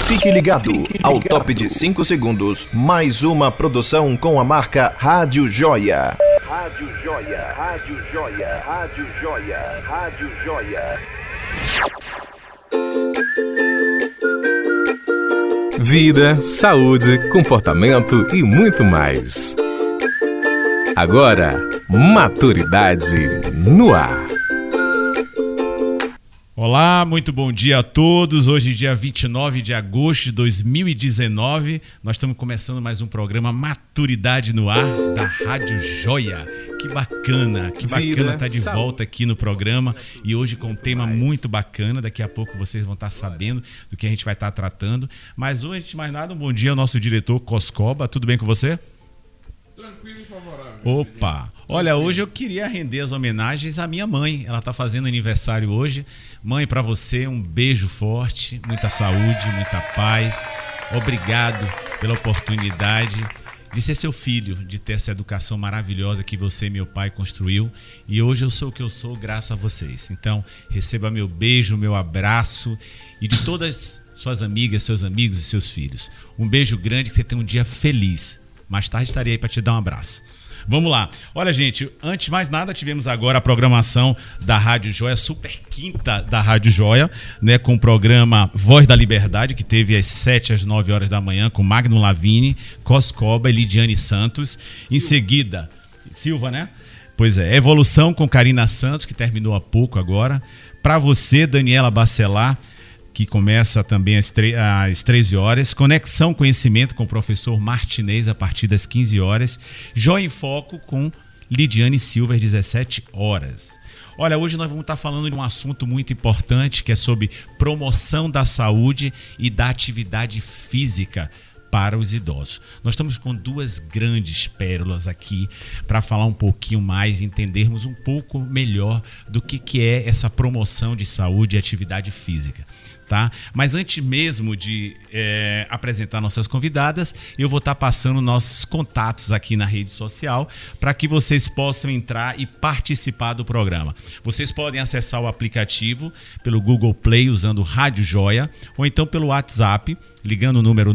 Fique ligado ao Top de 5 Segundos, mais uma produção com a marca Rádio Joia. Rádio Joia, Rádio Joia, Rádio Joia, Rádio Joia. Vida, saúde, comportamento e muito mais. Agora, Maturidade no Ar. Olá, muito bom dia a todos. Hoje, dia 29 de agosto de 2019, nós estamos começando mais um programa Maturidade no Ar da Rádio Joia. Que bacana estar de volta aqui no programa e hoje com um tema muito bacana. Daqui a pouco vocês vão estar sabendo do que a gente vai estar tratando. Mas hoje, antes de mais nada, um bom dia ao nosso diretor Coscoba. Tudo bem com você? Tranquilo e favorável. Opa! Olha, hoje eu queria render as homenagens à minha mãe. Ela está fazendo aniversário hoje. Mãe, para você, um beijo forte, muita saúde, muita paz. Obrigado pela oportunidade de ser seu filho, de ter essa educação maravilhosa que você e meu pai construiu. E hoje eu sou o que eu sou graças a vocês. Então, receba meu beijo, meu abraço e de todas suas amigas, seus amigos e seus filhos. Um beijo grande, que você tenha um dia feliz. Mais tarde estarei aí para te dar um abraço. Vamos lá. Olha, gente, antes de mais nada, tivemos agora a programação da Rádio Joia, super quinta da Rádio Joia, né, com o programa Voz da Liberdade, que teve às 7 às 9 horas da manhã, com Magno Lavini, Coscoba e Lidiane Santos. Em seguida, Silva, né? Pois é, Evolução com Karina Santos, que terminou há pouco agora. Para você, Daniela Bacelar, que começa também às 13 horas. Conexão Conhecimento com o professor Martinez a partir das 15 horas. Joia em Foco com Lidiane Silva às 17 horas. Olha, hoje nós vamos estar falando de um assunto muito importante, que é sobre promoção da saúde e da atividade física para os idosos. Nós estamos com duas grandes pérolas aqui para falar um pouquinho mais, entendermos um pouco melhor do que é essa promoção de saúde e atividade física. Tá? Mas antes mesmo de apresentar nossas convidadas, eu vou estar passando nossos contatos aqui na rede social para que vocês possam entrar e participar do programa. Vocês podem acessar o aplicativo pelo Google Play usando Rádio Joia ou então pelo WhatsApp ligando o número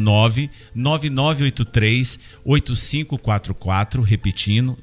99983-8544, repetindo,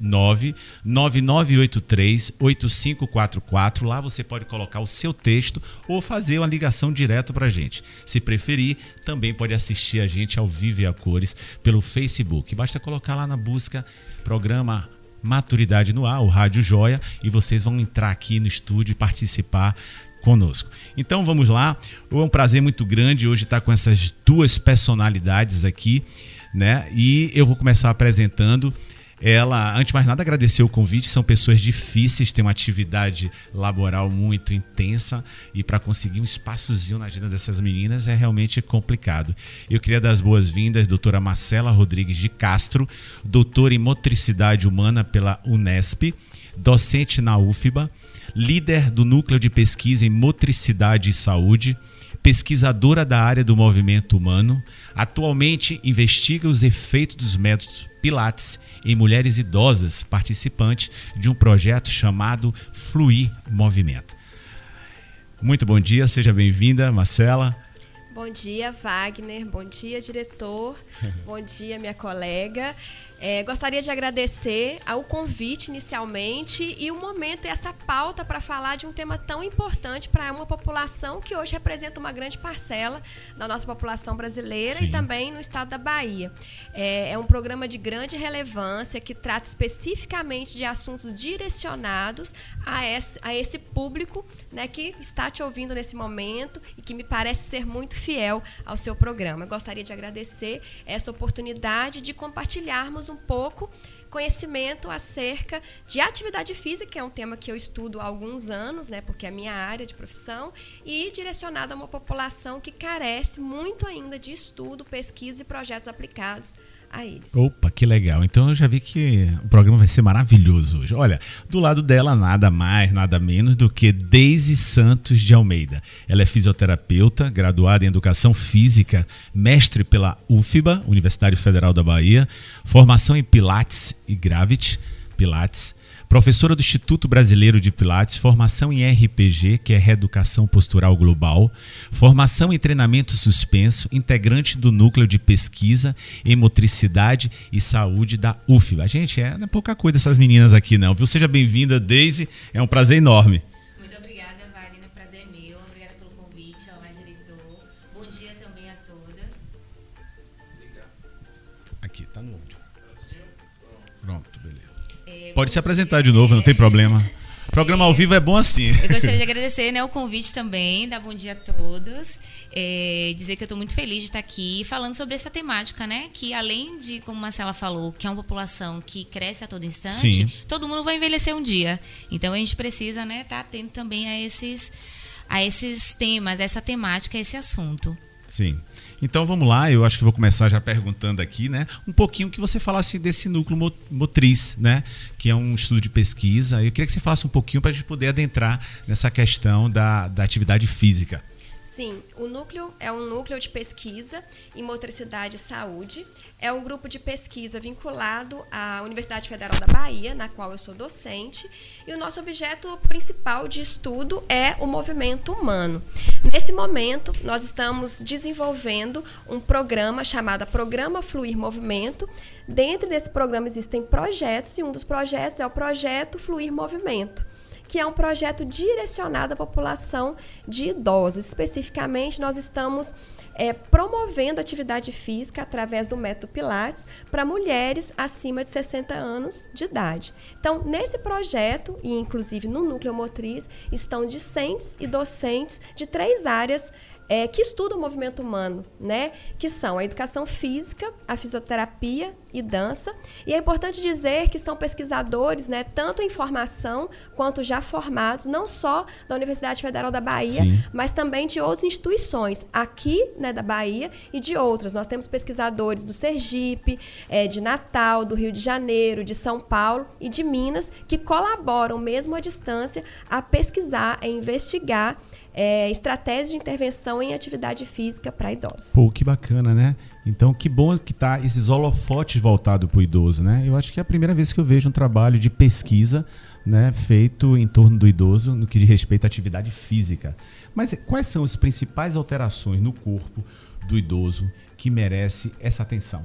99983-8544. Lá você pode colocar o seu texto ou fazer uma ligação direto para a gente. Se preferir, também pode assistir a gente ao vivo e a cores pelo Facebook. Basta colocar lá na busca programa Maturidade no Ar, o Rádio Joia, e vocês vão entrar aqui no estúdio e participar conosco. Então vamos lá, é um prazer muito grande hoje estar com essas duas personalidades aqui, né? E eu vou começar apresentando ela. Antes de mais nada, agradecer o convite. São pessoas difíceis, têm uma atividade laboral muito intensa e para conseguir um espaçozinho na agenda dessas meninas é realmente complicado. Eu queria dar as boas-vindas, doutora Marcela Rodrigues de Castro, doutora em Motricidade Humana pela Unesp, docente na UFBA, líder do Núcleo de Pesquisa em Motricidade e Saúde, pesquisadora da área do movimento humano, atualmente investiga os efeitos dos métodos Pilates em mulheres idosas, participante de um projeto chamado Fluir Movimento. Muito bom dia, seja bem-vinda, Marcela. Bom dia, Wagner. Bom dia, diretor. Bom dia, minha colega. Gostaria de agradecer ao convite inicialmente e o momento e essa pauta para falar de um tema tão importante para uma população que hoje representa uma grande parcela da nossa população brasileira. Sim. E também no estado da Bahia. É um programa de grande relevância que trata especificamente de assuntos direcionados a esse público, né, que está te ouvindo nesse momento e que me parece ser muito fiel ao seu programa. Eu gostaria de agradecer essa oportunidade de compartilharmos um pouco conhecimento acerca de atividade física, que é um tema que eu estudo há alguns anos, né, porque é a minha área de profissão, e direcionado a uma população que carece muito ainda de estudo, pesquisa e projetos aplicados a eles. Opa, que legal. Então eu já vi que o programa vai ser maravilhoso hoje. Olha, do lado dela nada mais, nada menos do que Deise Santos de Almeida. Ela é fisioterapeuta, graduada em Educação Física, mestre pela UFBA, Universidade Federal da Bahia, formação em Pilates e Gravity, Pilates, professora do Instituto Brasileiro de Pilates, formação em RPG, que é Reeducação Postural Global, formação em treinamento suspenso, integrante do Núcleo de Pesquisa em Motricidade e Saúde da UFBA. Gente, não é pouca coisa essas meninas aqui não, viu? Seja bem-vinda, Deise, é um prazer enorme. Muito obrigada, Wagner, o prazer é meu, obrigada pelo convite, olá, diretor. Bom dia também a todas. Aqui, tá no áudio. Pronto, beleza. Pode se apresentar de novo, não tem problema. Programa ao vivo é bom assim. Eu gostaria de agradecer, né, o convite também, dar bom dia a todos. Dizer que eu estou muito feliz de estar aqui falando sobre essa temática, né? Que além de, como a Marcela falou, que é uma população que cresce a todo instante, Sim. Todo mundo vai envelhecer um dia. Então a gente precisa, né, estar atento também a esses temas, a essa temática, a esse assunto. Sim. Então vamos lá, eu acho que vou começar já perguntando aqui, né? Um pouquinho que você falasse desse núcleo motriz, né? Que é um estudo de pesquisa. Eu queria que você falasse um pouquinho para a gente poder adentrar nessa questão da atividade física. Sim, o núcleo é um núcleo de pesquisa em motricidade e saúde. É um grupo de pesquisa vinculado à Universidade Federal da Bahia, na qual eu sou docente. E o nosso objeto principal de estudo é o movimento humano. Nesse momento, nós estamos desenvolvendo um programa chamado Programa Fluir Movimento. Dentro desse programa existem projetos, e um dos projetos é o Projeto Fluir Movimento, que é um projeto direcionado à população de idosos. Especificamente, nós estamos promovendo atividade física através do método Pilates para mulheres acima de 60 anos de idade. Então, nesse projeto, e inclusive no Núcleo Motriz, estão discentes e docentes de 3 áreas que estudam o movimento humano, né? Que são a educação física, a fisioterapia e dança. E é importante dizer que são pesquisadores, né, tanto em formação quanto já formados, não só da Universidade Federal da Bahia, Sim. mas também de outras instituições aqui, né, da Bahia e de outras. Nós temos pesquisadores do Sergipe, de Natal, do Rio de Janeiro, de São Paulo e de Minas, que colaboram mesmo à distância a pesquisar, a investigar estratégias de intervenção em atividade física para idosos. Pô, que bacana, né? Então, que bom que tá esses holofotes voltados para o idoso, né? Eu acho que é a primeira vez que eu vejo um trabalho de pesquisa, né, feito em torno do idoso no que diz respeito à atividade física. Mas quais são as principais alterações no corpo do idoso que merece essa atenção?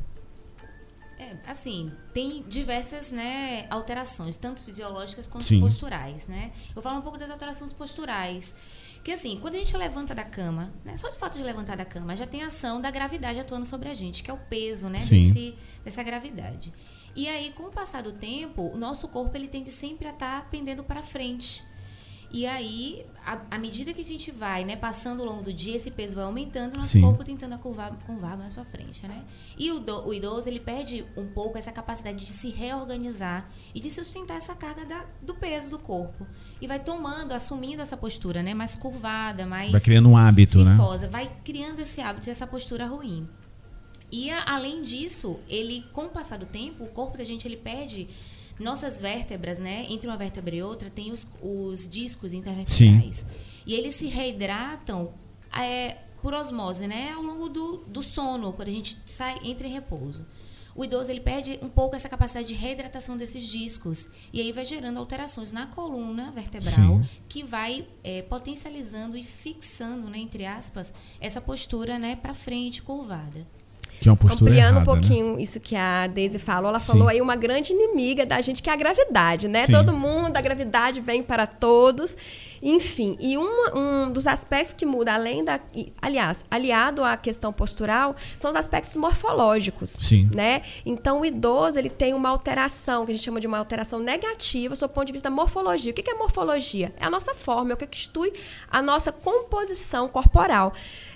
Assim, tem diversas, né, alterações, tanto fisiológicas quanto Sim. posturais, né? Eu falo um pouco das alterações posturais, que assim, quando a gente levanta da cama, né, só de fato de levantar da cama, já tem a ação da gravidade atuando sobre a gente, que é o peso, né, dessa gravidade. E aí, com o passar do tempo, o nosso corpo ele tende sempre a estar pendendo para frente. E aí, à medida que a gente vai, né, passando ao longo do dia, esse peso vai aumentando, o nosso Sim. corpo tentando curvar mais para frente, né? E o idoso, ele perde um pouco essa capacidade de se reorganizar e de sustentar essa carga do peso do corpo. E vai assumindo essa postura, né, mais curvada, mais... Vai criando um hábito, cifosa, né? Vai criando esse hábito, essa postura ruim. E, além disso, com o passar do tempo, o corpo da gente, ele perde... Nossas vértebras, né? Entre uma vértebra e outra, tem os discos intervertebrais. Sim. E eles se reidratam por osmose, né? Ao longo do sono, quando a gente entra em repouso. O idoso, ele perde um pouco essa capacidade de reidratação desses discos. E aí vai gerando alterações na coluna vertebral, Sim. que vai potencializando e fixando, né, entre aspas, essa postura, né, para frente, curvada. Que é uma postura Ampliando errada, um pouquinho, né? Isso que a Deise falou, ela Sim. falou aí uma grande inimiga da gente, que é a gravidade, né? Sim. Todo mundo, a gravidade vem para todos. Enfim, e um dos aspectos que muda, aliado à questão postural, são os aspectos morfológicos. Sim. Né? Então, o idoso, ele tem uma alteração, que a gente chama de uma alteração negativa, sob o ponto de vista da morfologia. O que é morfologia? É a nossa forma, é o que constitui a nossa composição corporal.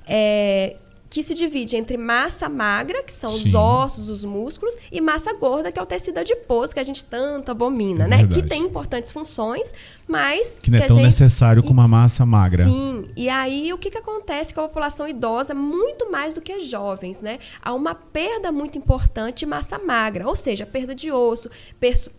Que se divide entre massa magra, que são Sim. os ossos, os músculos, e massa gorda, que é o tecido adiposo, que a gente tanto abomina, né? Que tem importantes funções, mas... Que não é tão necessário como a massa magra. Sim. E aí, o que acontece com a população idosa, muito mais do que jovens, né? Há uma perda muito importante de massa magra, ou seja, perda de osso,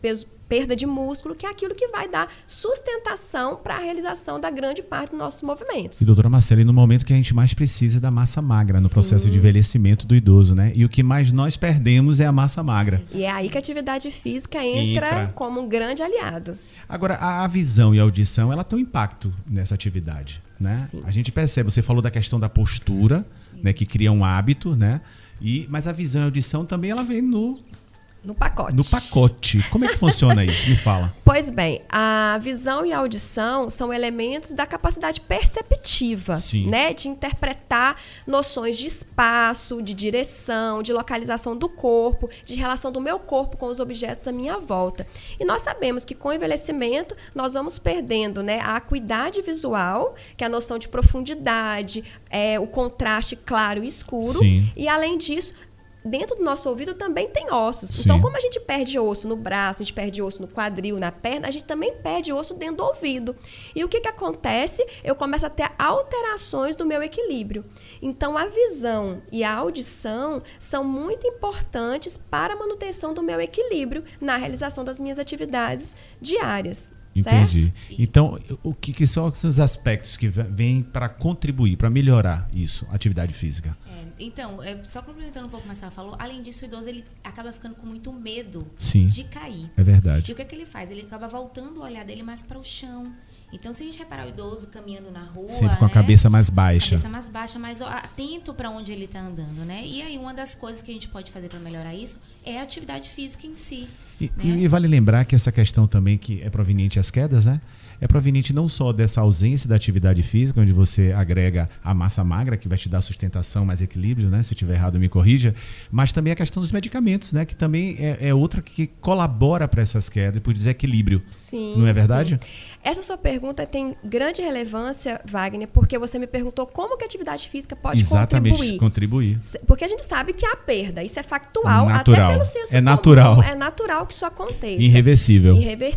perda de músculo, que é aquilo que vai dar sustentação para a realização da grande parte dos nossos movimentos. E, doutora Marcela, e no momento que a gente mais precisa é da massa magra no processo de envelhecimento do idoso, né? E o que mais nós perdemos é a massa magra. E é aí que a atividade física entra como um grande aliado. Agora, a visão e a audição, ela tem um impacto nessa atividade, né? Sim. A gente percebe, você falou da questão da postura, né, que cria um hábito, né? Mas a visão e a audição também, ela vem no pacote. No pacote. Como é que funciona isso? Me fala. Pois bem, a visão e a audição são elementos da capacidade perceptiva, né? De interpretar noções de espaço, de direção, de localização do corpo, de relação do meu corpo com os objetos à minha volta. E nós sabemos que com o envelhecimento nós vamos perdendo, né, a acuidade visual, que é a noção de profundidade, o contraste claro e escuro. Sim. E além disso, dentro do nosso ouvido também tem ossos. Sim. Então, como a gente perde osso no braço, a gente perde osso no quadril, na perna, a gente também perde osso dentro do ouvido. E o que acontece? Eu começo a ter alterações do meu equilíbrio. Então, a visão e a audição são muito importantes para a manutenção do meu equilíbrio na realização das minhas atividades diárias. Entendi. Certo? Então, o que são os aspectos que vêm para contribuir, para melhorar isso, a atividade física? Então, só complementando um pouco mais o que ela falou, além disso, o idoso ele acaba ficando com muito medo de cair. É verdade. E o que ele faz? Ele acaba voltando o olhar dele mais para o chão. Então, se a gente reparar o idoso caminhando na rua, sempre com a cabeça mais baixa. Cabeça mais baixa, mais atento para onde ele está andando, né? E aí, uma das coisas que a gente pode fazer para melhorar isso é a atividade física em si. E vale lembrar que essa questão também que é proveniente às quedas, né? É proveniente não só dessa ausência da atividade física, onde você agrega a massa magra, que vai te dar sustentação, mais equilíbrio, né? Se eu estiver errado, me corrija. Mas também a questão dos medicamentos, né? Que também é outra que colabora para essas quedas e para o desequilíbrio. Sim. Não é verdade? Sim. Essa sua pergunta tem grande relevância, Wagner, porque você me perguntou como que a atividade física pode contribuir. Porque a gente sabe que há perda, isso é factual, natural. Até pelo senso comum, natural. É natural que isso aconteça. Irreversível.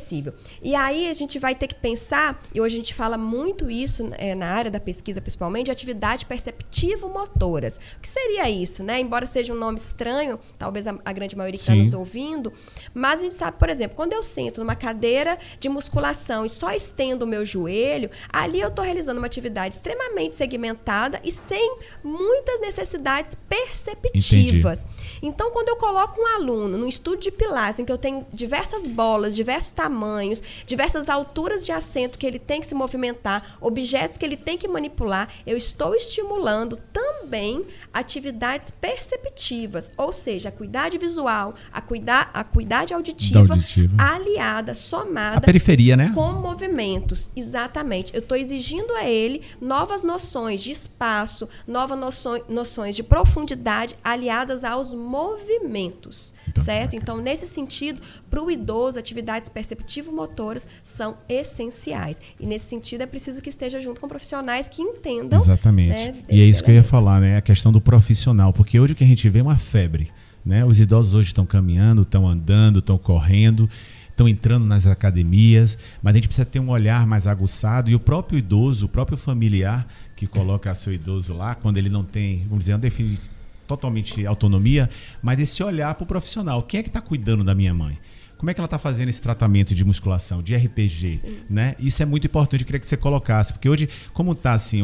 E aí a gente vai ter que pensar, e hoje a gente fala muito isso na área da pesquisa, principalmente, de atividade perceptivo-motoras. O que seria isso, né? Embora seja um nome estranho, talvez a grande maioria que está nos ouvindo, mas a gente sabe, por exemplo, quando eu sento numa cadeira de musculação e só estendo o meu joelho, ali eu estou realizando uma atividade extremamente segmentada e sem muitas necessidades perceptivas. Entendi. Então, quando eu coloco um aluno num estudo de Pilates, em que eu tenho diversas bolas, diversos tamanhos, diversas alturas de assento que ele tem que se movimentar, objetos que ele tem que manipular, eu estou estimulando também atividades perceptivas, ou seja, a acuidade visual, a acuidade auditiva. Aliada, somada, a periferia, né? Com movimentos, exatamente. Eu estou exigindo a ele novas noções de espaço, novas noções de profundidade aliadas aos movimentos, certo? Então, nesse sentido, para o idoso, atividades perceptivo-motoras são essenciais. E nesse sentido, é preciso que esteja junto com profissionais que entendam. Exatamente. Né, e é isso que eu ia falar, né? A questão do profissional, porque hoje o que a gente vê é uma febre, né? Os idosos hoje estão caminhando, estão andando, estão correndo, estão entrando nas academias, mas a gente precisa ter um olhar mais aguçado, e o próprio idoso, o próprio familiar que coloca seu idoso lá, quando ele não tem, vamos dizer, não define totalmente autonomia, mas esse olhar para o profissional. Quem é que está cuidando da minha mãe? Como é que ela está fazendo esse tratamento de musculação, de RPG? Né? Isso é muito importante, eu queria que você colocasse, porque hoje, como está assim,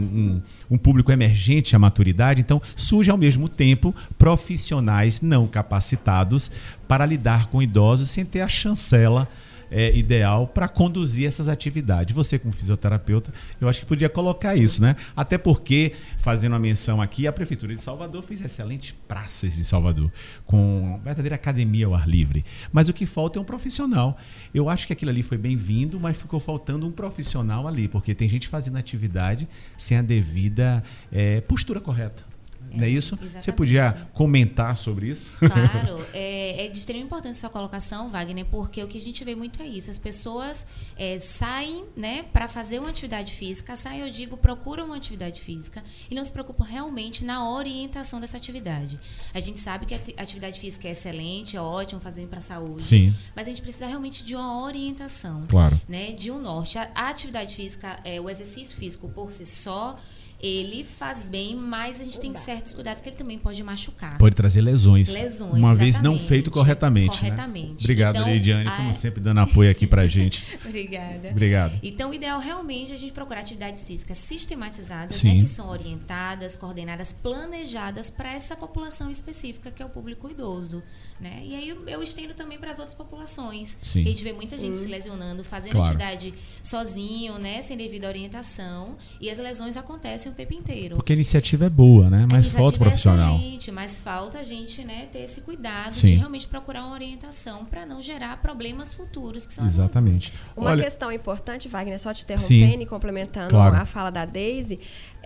um público emergente à maturidade, então surge ao mesmo tempo profissionais não capacitados para lidar com idosos sem ter a chancela ideal para conduzir essas atividades. Você, como fisioterapeuta, eu acho que podia colocar isso, né? Até porque, fazendo uma menção aqui, a Prefeitura de Salvador fez excelentes praças de Salvador, com verdadeira academia ao ar livre. Mas o que falta é um profissional. Eu acho que aquilo ali foi bem-vindo, mas ficou faltando um profissional ali, porque tem gente fazendo atividade sem a devida postura correta. Não é isso? Exatamente. Você podia comentar sobre isso? Claro, é de extrema importância sua colocação, Wagner, porque o que a gente vê muito é isso. As pessoas saem, né, para fazer uma atividade física, procuram uma atividade física e não se preocupam realmente na orientação dessa atividade. A gente sabe que a atividade física é excelente, é ótimo, fazendo para a saúde. Sim. Mas a gente precisa realmente de uma orientação. Claro. Né, de um norte. A atividade física, o exercício físico por si só, ele faz bem, mas a gente tem certos cuidados que ele também pode machucar. Pode trazer lesões. Uma vez não feito corretamente. Corretamente. Né? Obrigado, então, Lidiane, como sempre, dando apoio aqui pra gente. Obrigada. Obrigado. Então, o ideal realmente é a gente procurar atividades físicas sistematizadas, Sim. né, que são orientadas, coordenadas, planejadas para essa população específica, que é o público idoso. Né? E aí eu estendo também para as outras populações. Sim. Que a gente vê muita gente se lesionando, fazendo Claro. atividade sozinho, né, sem devida orientação, e as lesões acontecem o tempo inteiro. Porque a iniciativa é boa, né? Mas falta o profissional. Excelente, mas falta a gente, né, ter esse cuidado Sim. de realmente procurar uma orientação para não gerar problemas futuros, que são Exatamente. Uma Olha, questão importante, Wagner, só te interrompendo Sim. e complementando Claro. a fala da Deise,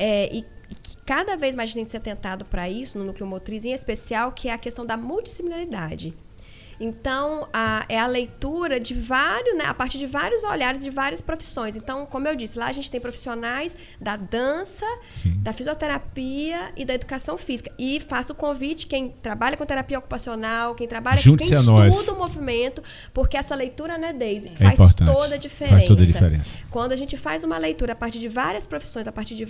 e que cada vez mais a gente se atentado para isso, no núcleo motriz em especial, que é a questão da multidisciplinaridade. Então, é a leitura de vários, né, a partir de vários olhares de várias profissões. Então, como eu disse, lá a gente tem profissionais da dança, Sim. da fisioterapia e da educação física. E faço o convite, quem trabalha com terapia ocupacional, quem trabalha Junte-se quem a nós. estuda o movimento, porque essa leitura, né, Deise, É faz importante. toda a diferença. Faz toda a diferença. Quando a gente faz uma leitura a partir de várias profissões, a partir de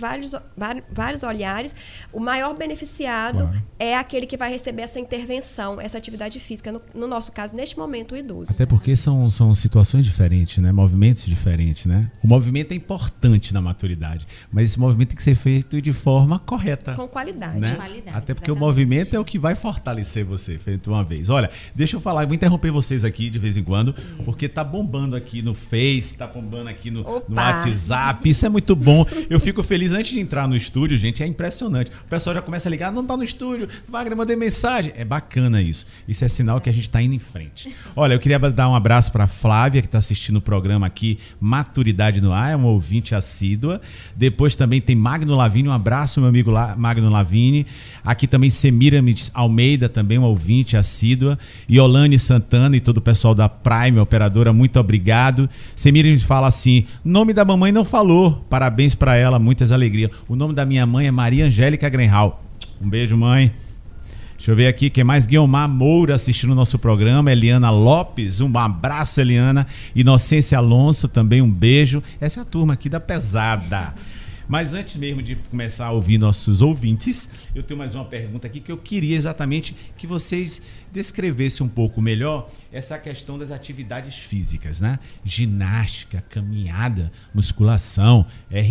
vários olhares, o maior beneficiado Claro. é aquele que vai receber essa intervenção, essa atividade física, no nosso caso, neste momento, o idoso. Até porque são situações diferentes, né? Movimentos diferentes, né? O movimento é importante na maturidade, mas esse movimento tem que ser feito de forma correta. Com qualidade. Né? Qualidade, Até porque o exatamente. movimento é o que vai fortalecer você, feito uma vez. Olha, deixa eu falar, eu vou interromper vocês aqui de vez em quando, porque tá bombando aqui no Face, tá bombando aqui no WhatsApp, isso é muito bom. Eu fico feliz antes de entrar no estúdio, gente, é impressionante. O pessoal já começa a ligar, não tá no estúdio, Wagner, mandei mensagem. É bacana isso. Isso é sinal que a gente tá indo em frente. Olha, eu queria dar um abraço para Flávia, que está assistindo o programa aqui, Maturidade no Ar, é uma ouvinte assídua. Depois também tem Magno Lavini, um abraço, meu amigo Magno Lavini. Aqui também Semiramis Almeida, também uma ouvinte assídua. Iolane Santana e todo o pessoal da Prime, operadora, muito obrigado. Semiramis fala assim, nome da mamãe não falou, parabéns para ela, muitas alegrias. O nome da minha mãe é Maria Angélica Grenhal. Um beijo, mãe. Deixa eu ver aqui, quem mais? Guilmar Moura assistindo o nosso programa, Eliana Lopes, um abraço, Eliana. Inocência Alonso, também um beijo. Essa é a turma aqui da pesada. Mas antes mesmo de começar a ouvir nossos ouvintes, eu tenho mais uma pergunta aqui que eu queria exatamente que vocês descrevessem um pouco melhor essa questão das atividades físicas, né? Ginástica, caminhada, musculação,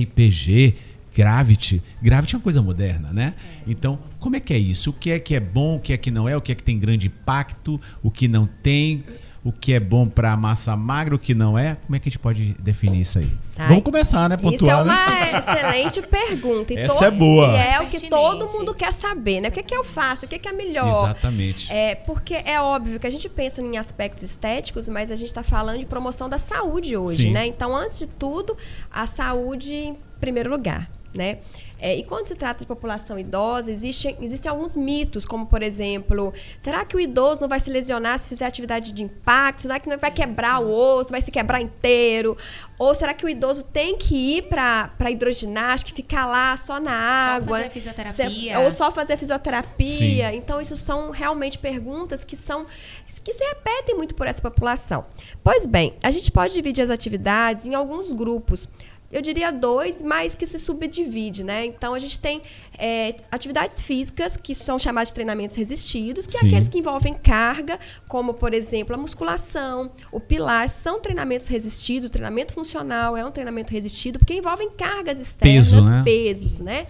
RPG, Gravity é uma coisa moderna, né? Então, como é que é isso? O que é bom, o que é que não é, o que é que tem grande impacto, o que não tem, o que é bom para massa magra, o que não é? Como é que a gente pode definir isso aí? Ai, Vamos começar, né? Pontuar, isso é uma né? excelente pergunta. E Essa é boa. Se é o que Pertinente. todo mundo quer saber, né? O que eu faço? O que é melhor? Exatamente. Porque é óbvio que a gente pensa em aspectos estéticos, mas a gente está falando de promoção da saúde hoje, Sim. né? Então, antes de tudo, a saúde em primeiro lugar, né? E quando se trata de população idosa, existem alguns mitos, como, por exemplo, será que o idoso não vai se lesionar se fizer atividade de impacto? Será que não vai quebrar o osso, vai se quebrar inteiro? Ou será que o idoso tem que ir para hidroginástica, ficar lá só na água? Só fazer fisioterapia. Ou só fazer fisioterapia? Sim. Então, isso são realmente perguntas que se repetem muito por essa população. Pois bem, a gente pode dividir as atividades em alguns grupos. Eu diria 2, mas que se subdivide, né? Então, a gente tem atividades físicas, que são chamadas de treinamentos resistidos, que Sim. é aqueles que envolvem carga, como, por exemplo, a musculação, o pilates, são treinamentos resistidos. O treinamento funcional é um treinamento resistido, porque envolvem cargas externas, pesos, né?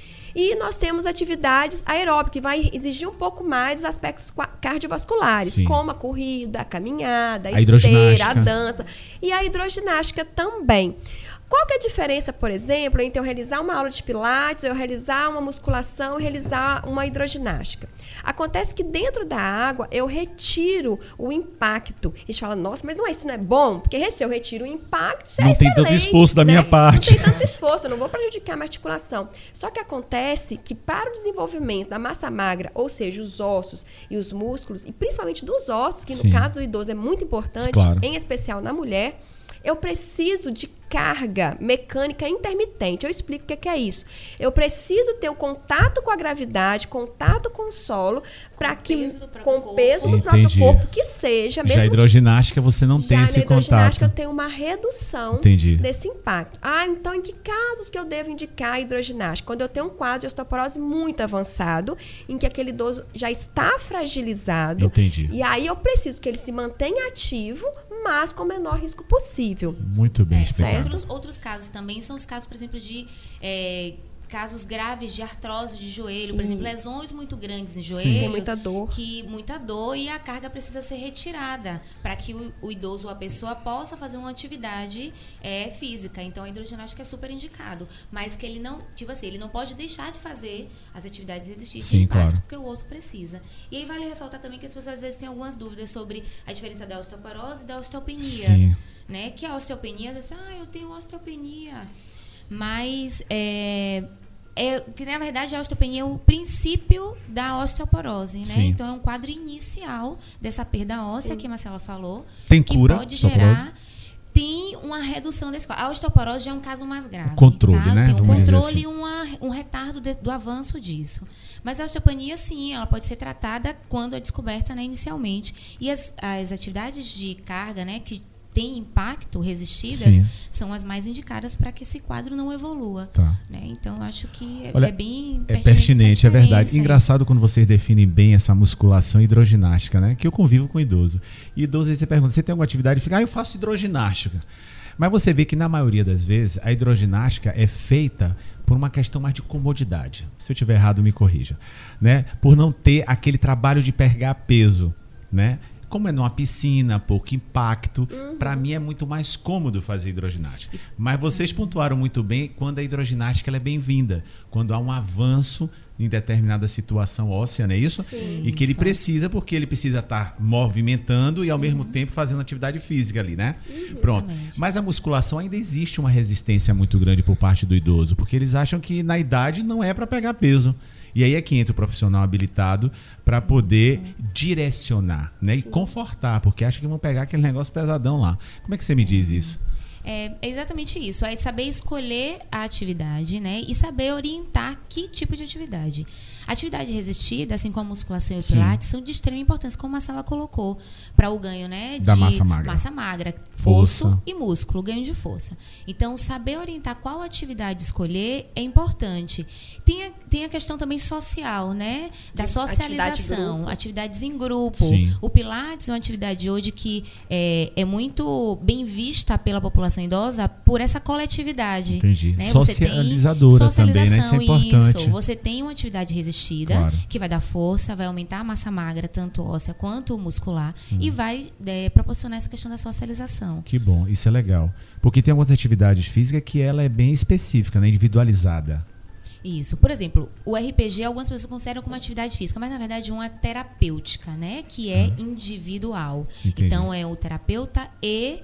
E nós temos atividades aeróbicas, que vai exigir um pouco mais os aspectos cardiovasculares, Sim. como a corrida, a caminhada, A a esteira, hidroginástica. a dança. E a hidroginástica também. Qual que é a diferença, por exemplo, entre eu realizar uma aula de pilates, eu realizar uma musculação e realizar uma hidroginástica? Acontece que dentro da água eu retiro o impacto. A gente fala, nossa, mas isso não é bom? Porque se eu retiro o impacto, isso é Não tem excelente, tanto esforço da né? minha parte. Não tem tanto esforço, eu não vou prejudicar a minha articulação. Só que acontece que para o desenvolvimento da massa magra, ou seja, os ossos e os músculos, e principalmente dos ossos, que Sim. no caso do idoso é muito importante, Claro. em especial na mulher, eu preciso de carga mecânica intermitente. Eu explico o que é isso. Eu preciso ter o contato com a gravidade, contato com o solo, para que com o peso do próprio corpo, que seja mesmo. Já a hidroginástica você não tem esse contato. Já na hidroginástica eu tenho uma redução desse impacto. Então em que casos que eu devo indicar a hidroginástica? Quando eu tenho um quadro de osteoporose muito avançado, em que aquele idoso já está fragilizado. Entendi. E aí eu preciso que ele se mantenha ativo, mas com o menor risco possível. Muito bem explicado. Outros casos também são os casos, por exemplo, de casos graves de artrose de joelho, por exemplo, lesões muito grandes em joelhos. Tem muita dor. Muita dor, e a carga precisa ser retirada para que o idoso ou a pessoa possa fazer uma atividade física. Então, a hidroginástica é super indicado. Mas que ele não, ele não pode deixar de fazer as atividades resistíveis de impacto, claro, porque o osso precisa. E aí vale ressaltar também que as pessoas às vezes têm algumas dúvidas sobre a diferença da osteoporose e da osteopenia. Sim. Né? Que a osteopenia, eu tenho osteopenia. Mas, que na verdade a osteopenia é o princípio da osteoporose, né? Sim. Então é um quadro inicial dessa perda óssea. Sim. Que a Marcela falou. Tem que cura? Pode gerar. Tem uma redução desse quadro. A osteoporose já é um caso mais grave. Controle, tá? Né? Tem um controle e um retardo do avanço disso. Mas a osteopenia, sim, ela pode ser tratada quando é descoberta, né, inicialmente. E as atividades de carga, né, que tem impacto, resistidas, sim, são as mais indicadas para que esse quadro não evolua. Tá. Né? Então, eu acho que Olha, é bem pertinente, é verdade. Engraçado quando vocês definem bem essa musculação hidroginástica, né? Que eu convivo com idoso. E idoso, aí você pergunta, você tem alguma atividade? Fica, eu faço hidroginástica. Mas você vê que, na maioria das vezes, a hidroginástica é feita por uma questão mais de comodidade. Se eu estiver errado, me corrija. Né? Por não ter aquele trabalho de pegar peso, né? Como é numa piscina, pouco impacto, para mim é muito mais cômodo fazer hidroginástica. Mas vocês pontuaram muito bem quando a hidroginástica ela é bem-vinda, quando há um avanço em determinada situação óssea, não é isso? Sim, e que ele precisa, porque ele precisa estar movimentando e ao mesmo tempo fazendo atividade física ali, né? Exatamente. Pronto. Mas a musculação ainda existe uma resistência muito grande por parte do idoso, porque eles acham que na idade não é para pegar peso. E aí é que entra o profissional habilitado para poder direcionar, né? E confortar, porque acha que vão pegar aquele negócio pesadão lá. Como é que você me diz isso? É exatamente isso. É saber escolher a atividade, né? E saber orientar que tipo de atividade. Atividade resistida, assim como a musculação e o pilates, são de extrema importância, como a Marcela colocou, para o ganho, né, da de massa magra, força, osso e músculo, ganho de força. Então, saber orientar qual atividade escolher é importante. Tem a questão também social, né, da socialização, atividades em grupo. Sim. O pilates é uma atividade hoje que é muito bem vista pela população idosa por essa coletividade. Entendi. Né? Socializadora também, né? Isso é importante. Isso. Você tem uma atividade resistida, claro, que vai dar força, vai aumentar a massa magra, tanto óssea quanto muscular, e vai proporcionar essa questão da socialização. Que bom, isso é legal. Porque tem algumas atividades físicas que ela é bem específica, né? Individualizada. Isso. Por exemplo, o RPG, algumas pessoas consideram como atividade física, mas na verdade é uma terapêutica, né? Que é individual. Entendi. Então é o terapeuta e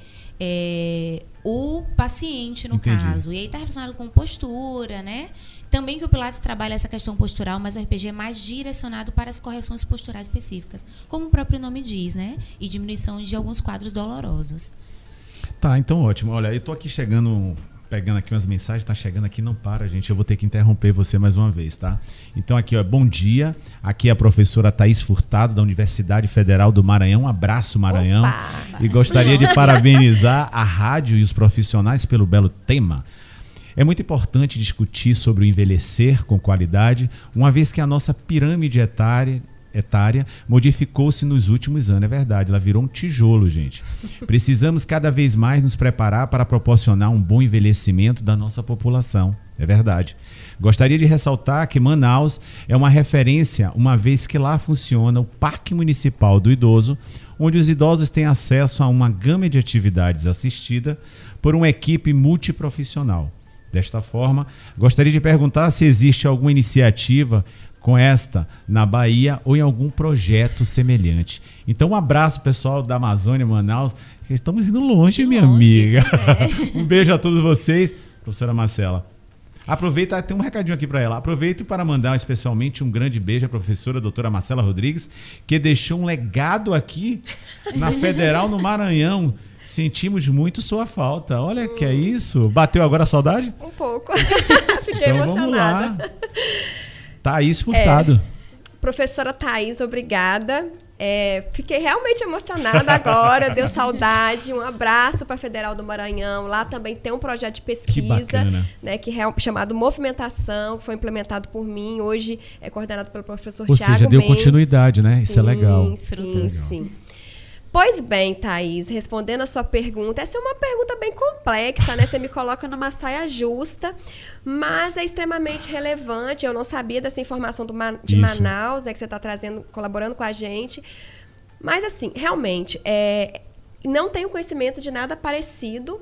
o paciente, no Entendi. caso. E aí está relacionado com postura, né? Também que o Pilates trabalha essa questão postural, mas o RPG é mais direcionado para as correções posturais específicas, como o próprio nome diz, né? E diminuição de alguns quadros dolorosos. Tá, então ótimo. Olha, eu tô aqui pegando aqui umas mensagens, tá chegando aqui, não para, gente. Eu vou ter que interromper você mais uma vez, tá? Então aqui, ó, bom dia. Aqui é a professora Thaís Furtado, da Universidade Federal do Maranhão. Um abraço, Maranhão. Opa! E gostaria de parabenizar a rádio e os profissionais pelo belo tema. É muito importante discutir sobre o envelhecer com qualidade, uma vez que a nossa pirâmide etária modificou-se nos últimos anos. É verdade, ela virou um tijolo, gente. Precisamos cada vez mais nos preparar para proporcionar um bom envelhecimento da nossa população. É verdade. Gostaria de ressaltar que Manaus é uma referência, uma vez que lá funciona o Parque Municipal do Idoso, onde os idosos têm acesso a uma gama de atividades assistida por uma equipe multiprofissional. Desta forma, gostaria de perguntar se existe alguma iniciativa com esta na Bahia ou em algum projeto semelhante. Então, um abraço, pessoal da Amazônia, Manaus. Estamos indo longe, minha amiga. Um beijo a todos vocês. Professora Marcela. Aproveita, tem um recadinho aqui para ela. Aproveito para mandar especialmente um grande beijo à professora doutora Marcela Rodrigues, que deixou um legado aqui na Federal no Maranhão. Sentimos muito sua falta. Olha que é isso. Bateu agora a saudade? Um pouco. Fiquei Então emocionada. vamos lá. Thaís Furtado. Professora Thaís, obrigada. Fiquei realmente emocionada agora, deu saudade. Um abraço para a Federal do Maranhão. Lá também tem um projeto de pesquisa, né, chamado Movimentação, que foi implementado por mim. Hoje é coordenado pelo professor Tiago Mendes. Ou seja, deu continuidade, né? Isso é legal. Sim. Pois bem, Thaís, respondendo a sua pergunta, essa é uma pergunta bem complexa, né? Você me coloca numa saia justa, mas é extremamente relevante. Eu não sabia dessa informação de Manaus, que você está trazendo, colaborando com a gente. Mas, assim, realmente, não tenho conhecimento de nada parecido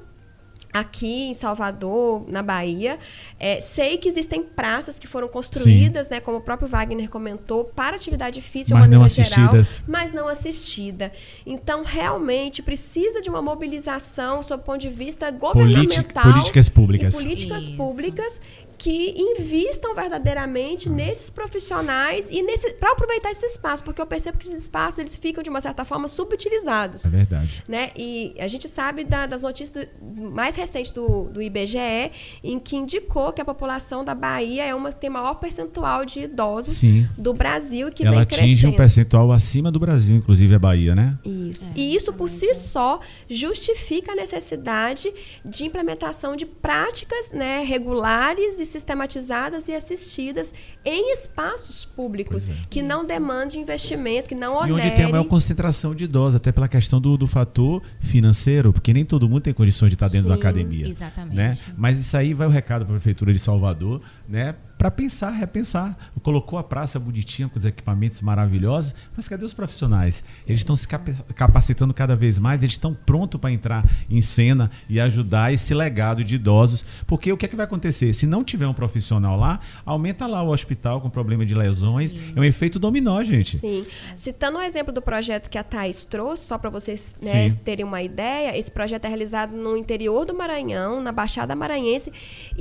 aqui em Salvador, na Bahia. Sei que existem praças que foram construídas, né, como o próprio Wagner comentou, para atividade física de maneira geral, mas não assistida. Então, realmente, precisa de uma mobilização sob o ponto de vista governamental. Políticas públicas. E políticas públicas que invistam verdadeiramente nesses profissionais e para aproveitar esse espaço, porque eu percebo que esses espaços eles ficam, de uma certa forma, subutilizados. É verdade. Né? E a gente sabe das notícias mais recentes do IBGE, em que indicou que a população da Bahia tem maior percentual de idosos do Brasil e que vem crescendo. Ela atinge um percentual acima do Brasil, inclusive a Bahia, né? Isso. E isso, por si só, justifica a necessidade de implementação de práticas, né, regulares e sistematizadas e assistidas em espaços públicos que não demandem investimento, que não onerem. E onde tem a maior concentração de idosos, até pela questão do fator financeiro, porque nem todo mundo tem condições de estar dentro da academia. Exatamente. Né? Mas isso aí vai o recado para a Prefeitura de Salvador, né? Para pensar, repensar. Colocou a praça bonitinha com os equipamentos maravilhosos, mas cadê os profissionais? Eles estão se capacitando cada vez mais, eles estão prontos para entrar em cena e ajudar esse legado de idosos, porque o que é que vai acontecer? Se não tiver um profissional lá, aumenta lá o hospital com problema de lesões, é um efeito dominó, gente. Sim. Citando o exemplo do projeto que a Thaís trouxe, só para vocês terem uma ideia, esse projeto é realizado no interior do Maranhão, na Baixada Maranhense,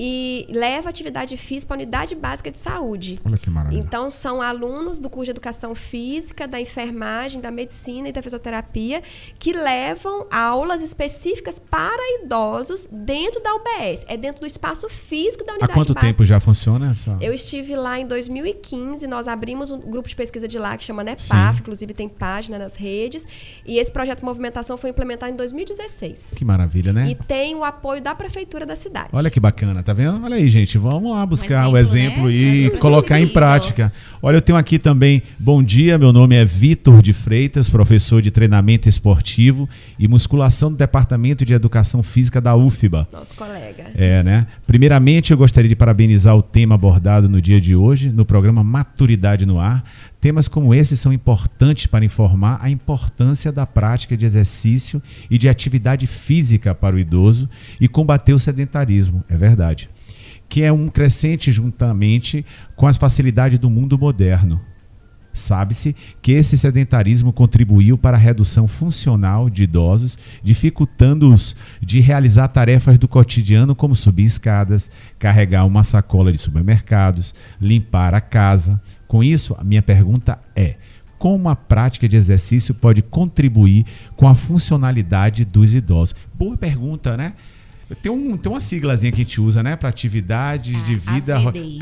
e leva atividade física para a unidade básica de saúde. Olha que maravilha. Então, são alunos do curso de Educação Física, da Enfermagem, da Medicina e da Fisioterapia que levam aulas específicas para idosos dentro da UBS. É dentro do espaço físico da unidade básica. Há quanto tempo já funciona essa? Eu estive lá em 2015, nós abrimos um grupo de pesquisa de lá que chama NEPAF, inclusive tem página nas redes, e esse projeto de movimentação foi implementado em 2016. Que maravilha, né? E tem o apoio da Prefeitura da cidade. Olha que bacana, tá vendo? Olha aí, gente, vamos lá buscar o exemplo, e colocar em prática. Olha, eu tenho aqui também, bom dia, meu nome é Vitor de Freitas, professor de treinamento esportivo e musculação do Departamento de Educação Física da UFBA. Nosso colega. Né? Primeiramente, eu gostaria de parabenizar o tema abordado no dia de hoje, no programa Maturidade no Ar. Temas como esse são importantes para informar a importância da prática de exercício e de atividade física para o idoso e combater o sedentarismo, é verdade, que é um crescente juntamente com as facilidades do mundo moderno. Sabe-se que esse sedentarismo contribuiu para a redução funcional de idosos, dificultando-os de realizar tarefas do cotidiano como subir escadas, carregar uma sacola de supermercados, limpar a casa. Com isso, a minha pergunta é: como a prática de exercício pode contribuir com a funcionalidade dos idosos? Boa pergunta, né? Tem uma siglazinha que a gente usa, né, para atividade de vida,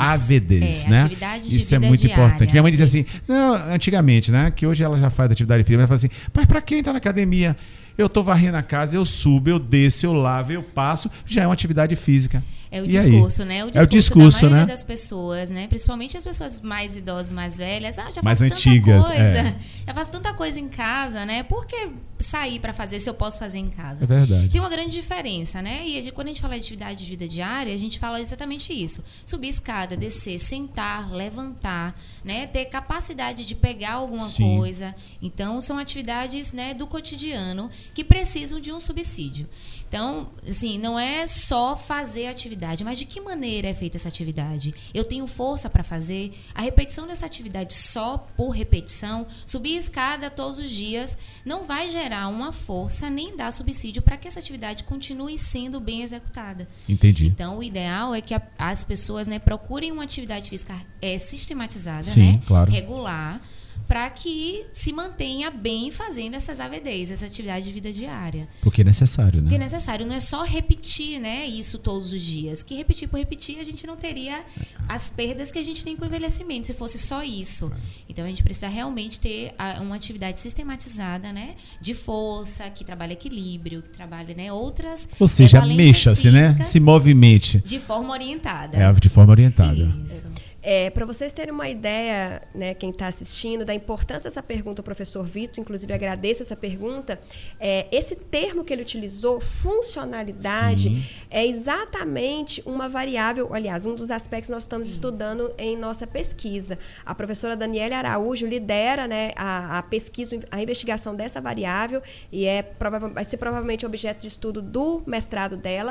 AVDs, né? Atividade de isso vida é muito diária, importante. Minha mãe diz assim, não, antigamente, né, que hoje ela já faz atividade física, mas fala assim, mas para quem está na academia? Eu tô varrendo a casa, eu subo, eu desço, eu lavo, eu passo, já é uma atividade física. É o discurso, né? O discurso da maioria das pessoas, né? Principalmente as pessoas mais idosas, mais velhas. Já mais faço antigas, tanta coisa. Já faço tanta coisa em casa, né? Por que sair para fazer se eu posso fazer em casa? É verdade. Tem uma grande diferença, né? E quando a gente fala de atividade de vida diária, a gente fala exatamente isso. Subir escada, descer, sentar, levantar, né? Ter capacidade de pegar alguma coisa. Então, são atividades, né, do cotidiano que precisam de um subsídio. Então, assim, não é só fazer atividade, mas de que maneira é feita essa atividade? Eu tenho força para fazer? A repetição dessa atividade só por repetição, subir escada todos os dias, não vai gerar uma força nem dar subsídio para que essa atividade continue sendo bem executada. Entendi. Então, o ideal é que as pessoas, né, procurem uma atividade física sistematizada, sim, né, claro, regular, para que se mantenha bem fazendo essas AVDs, essa atividade de vida diária. Porque é necessário, né? Porque é necessário, não é só repetir, né, isso todos os dias. Que repetir por repetir, a gente não teria as perdas que a gente tem com o envelhecimento, se fosse só isso. Então, a gente precisa realmente ter uma atividade sistematizada, né, de força, que trabalha equilíbrio, que trabalha, né, outras... Ou seja, valências mexa-se, né? físicas Se movimente. de forma orientada. De forma orientada. Isso. Para vocês terem uma ideia, né, quem está assistindo, da importância dessa pergunta, o professor Vitor, inclusive agradeço essa pergunta, esse termo que ele utilizou, funcionalidade, Sim. é exatamente uma variável, aliás, um dos aspectos que nós estamos estudando em nossa pesquisa. A professora Daniela Araújo lidera, né, a pesquisa, a investigação dessa variável e vai ser provavelmente objeto de estudo do mestrado dela.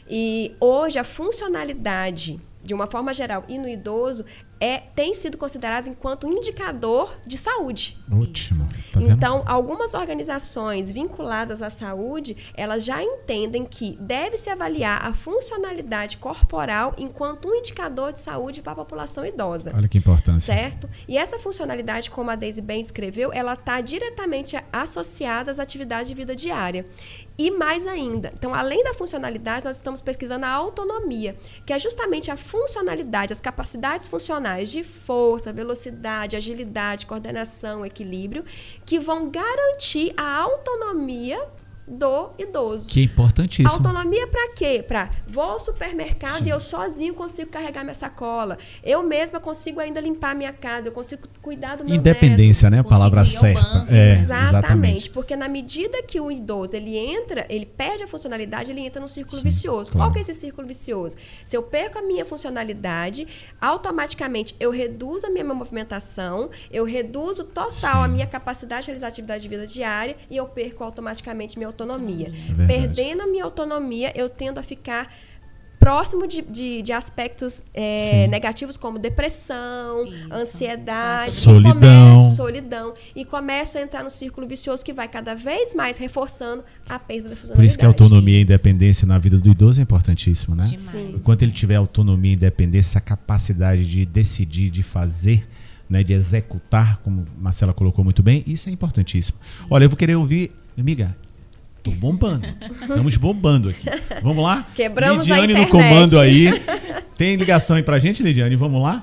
E hoje a funcionalidade, de uma forma geral, e no idoso, tem sido considerado enquanto indicador de saúde. Ótimo. Tá vendo? Então, algumas organizações vinculadas à saúde, elas já entendem que deve-se avaliar a funcionalidade corporal enquanto um indicador de saúde para a população idosa. Olha que importância. Certo? E essa funcionalidade, como a Deise bem descreveu, ela está diretamente associada às atividades de vida diária. E mais ainda, então, além da funcionalidade, nós estamos pesquisando a autonomia, que é justamente a funcionalidade, as capacidades funcionais de força, velocidade, agilidade, coordenação, equilíbrio, que vão garantir a autonomia do idoso. Que é importantíssimo. Autonomia para quê? Para vou ao supermercado Sim. e eu sozinho consigo carregar minha sacola. Eu mesma consigo ainda limpar minha casa, eu consigo cuidar do meu Independência, neto. né? A palavra Consigo ir ao certa. banco. Exatamente, porque na medida que o idoso ele perde a funcionalidade, ele entra num círculo vicioso. claro. Qual que é esse círculo vicioso? Se eu perco a minha funcionalidade, automaticamente eu reduzo a minha movimentação, eu reduzo total Sim. a minha capacidade de realizar atividade de vida diária e eu perco automaticamente minha autonomia. verdade. Perdendo a minha autonomia, eu tendo a ficar próximo de aspectos Sim. negativos como depressão, Isso. ansiedade, Solidão. solidão, e começo a entrar no círculo vicioso que vai cada vez mais reforçando a perda da funcionalidade. Por isso que a autonomia e a independência na vida do idoso é importantíssimo, né? Demais. Sim. Enquanto ele tiver autonomia e independência, essa capacidade de decidir, de fazer, né, de executar, como a Marcela colocou muito bem, isso é importantíssimo. Olha, eu vou querer ouvir... Amiga, tô bombando. Estamos bombando aqui. Vamos lá? Quebramos a Lidiane no internet. comando aí. Tem ligação aí pra gente, Lidiane? Vamos lá?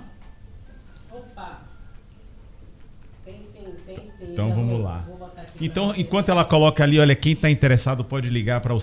Opa! Tem sim. Então Já vamos lá. Vou botar aqui Então, enquanto ela coloca ali, olha, quem está interessado pode ligar para o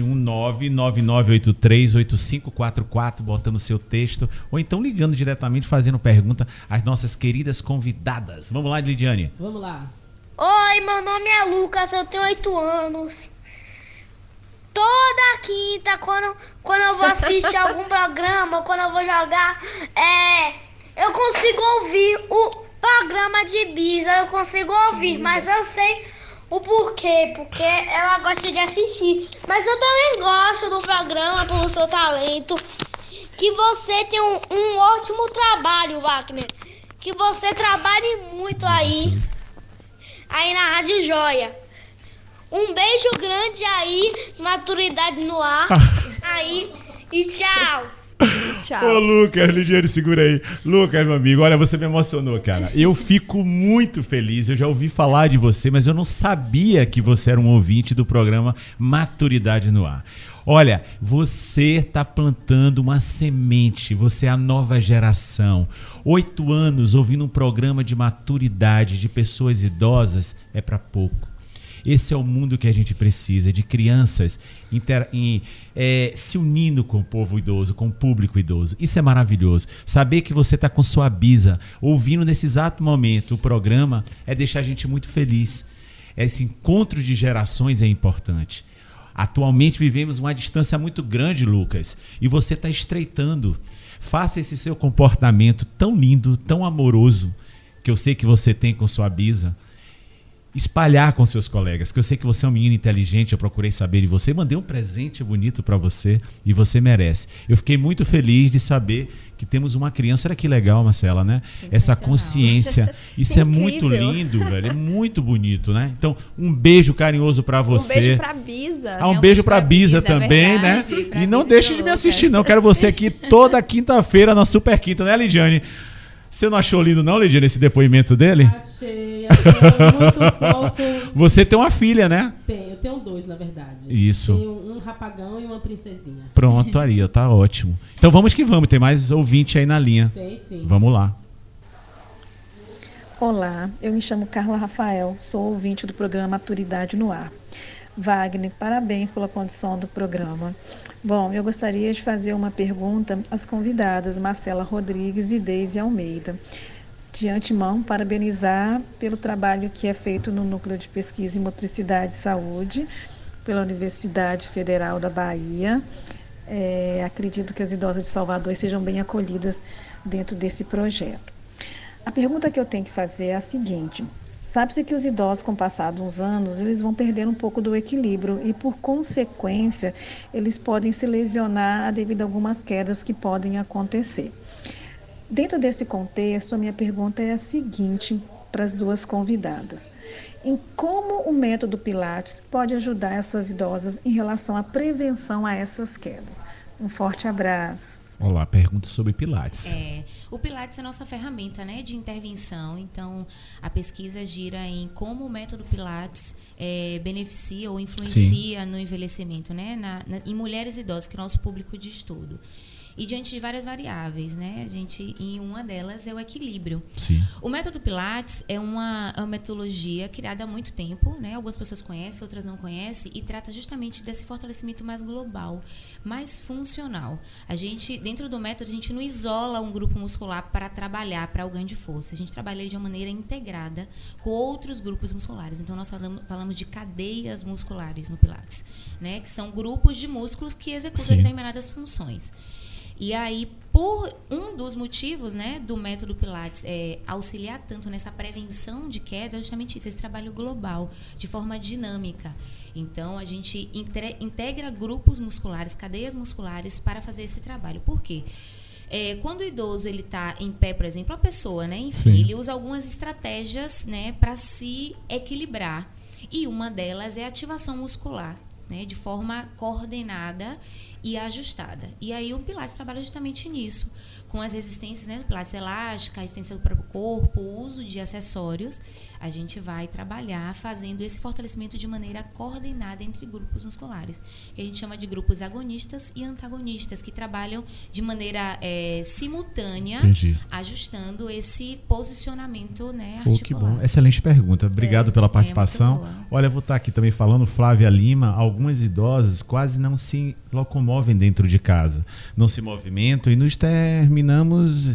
719-9983-8544, botando o seu texto, ou então ligando diretamente, fazendo pergunta às nossas queridas convidadas. Vamos lá, Lidiane. Vamos lá. Oi, meu nome é Lucas, eu tenho 8 anos. Toda quinta, quando eu vou assistir algum programa, quando eu vou jogar, eu consigo ouvir o programa de Bisa, eu consigo ouvir, mas eu sei o porquê, porque ela gosta de assistir. Mas eu também gosto do programa pelo seu talento, que você tem um ótimo trabalho, Wagner, que você trabalhe muito aí na Rádio Joia. Um beijo grande aí, maturidade no ar, aí, e tchau. Tchau. Ô, Lucas, Lidiane, segura aí. Lucas, meu amigo, olha, você me emocionou, cara. Eu fico muito feliz, eu já ouvi falar de você, mas eu não sabia que você era um ouvinte do programa Maturidade no Ar. Olha, você está plantando uma semente, você é a nova geração. 8 anos ouvindo um programa de maturidade de pessoas idosas é para pouco. Esse é o mundo que a gente precisa, de crianças se unindo com o povo idoso, com o público idoso. Isso é maravilhoso. Saber que você está com sua bisa, ouvindo nesse exato momento o programa, é deixar a gente muito feliz. Esse encontro de gerações é importante. Atualmente vivemos uma distância muito grande, Lucas, e você está estreitando. Faça esse seu comportamento tão lindo, tão amoroso, que eu sei que você tem com sua bisa, espalhar com seus colegas, que eu sei que você é um menino inteligente, eu procurei saber de você, mandei um presente bonito para você e você merece. Eu fiquei muito feliz de saber que temos uma criança, olha que legal, Marcela, né? Essa consciência, isso é muito lindo, velho, é muito bonito, né? Então, um beijo carinhoso para você. Um beijo pra Bisa. Um beijo pra Bisa também, verdade, né? pra E não Bisa deixe e de me Lucas. assistir, não. Quero você aqui toda quinta-feira na Super Quinta, né, Lidiane? Você não achou lindo, não, Lidiane, esse depoimento dele? Achei. eu sou muito fofo. Você tem uma filha, né? Eu tenho 2, na verdade. Isso. Tenho um rapagão e uma princesinha. Pronto, aí, ó, tá ótimo. Então vamos que vamos, tem mais ouvinte aí na linha. Tem sim. Vamos lá. Olá, eu me chamo Carla Rafael, sou ouvinte do programa Maturidade no Ar. Wagner, parabéns pela condução do programa. Bom, eu gostaria de fazer uma pergunta às convidadas Marcela Rodrigues e Deise Almeida. De antemão, parabenizar pelo trabalho que é feito no Núcleo de Pesquisa em Motricidade e Saúde, pela Universidade Federal da Bahia. Acredito que as idosas de Salvador sejam bem acolhidas dentro desse projeto. A pergunta que eu tenho que fazer é a seguinte: sabe-se que os idosos, com o passar dos anos, eles vão perdendo um pouco do equilíbrio e, por consequência, eles podem se lesionar devido a algumas quedas que podem acontecer. Dentro desse contexto, a minha pergunta é a seguinte para as duas convidadas: em como o método Pilates pode ajudar essas idosas em relação à prevenção a essas quedas? Um forte abraço. Olá, pergunta sobre Pilates. O Pilates é a nossa ferramenta, né, de intervenção. Então, a pesquisa gira em como o método Pilates beneficia ou influencia no envelhecimento, né, em mulheres idosas, que é o nosso público de estudo. E diante de várias variáveis, né? Em uma delas é o equilíbrio. Sim. O método Pilates é uma metodologia criada há muito tempo, né? Algumas pessoas conhecem, outras não conhecem, e trata justamente desse fortalecimento mais global, mais funcional. Dentro do método, a gente não isola um grupo muscular para trabalhar para o ganho de força. A gente trabalha ele de uma maneira integrada com outros grupos musculares. Então, nós falamos de cadeias musculares no Pilates, né? Que são grupos de músculos que executam determinadas funções. E aí, por um dos motivos, né, do método Pilates auxiliar tanto nessa prevenção de queda, é justamente isso, esse trabalho global, de forma dinâmica. Então, a gente integra grupos musculares, cadeias musculares, para fazer esse trabalho. Por quê? Quando o idoso está em pé, por exemplo, a pessoa, né, enfim, ele usa algumas estratégias, né, para se equilibrar. E uma delas é a ativação muscular, né, de forma coordenada e ajustada. E aí o Pilates trabalha justamente nisso, com as resistências, né, do Pilates elástica, a resistência do próprio corpo, o uso de acessórios. A gente vai trabalhar fazendo esse fortalecimento de maneira coordenada entre grupos musculares, que a gente chama de grupos agonistas e antagonistas, que trabalham de maneira simultânea, ajustando esse posicionamento, né, articular. Que bom. Excelente pergunta. Obrigado pela participação. Olha, eu vou estar aqui também falando, Flávia Lima, algumas idosas quase não se locomovem dentro de casa, não se movimentam, e nos terminamos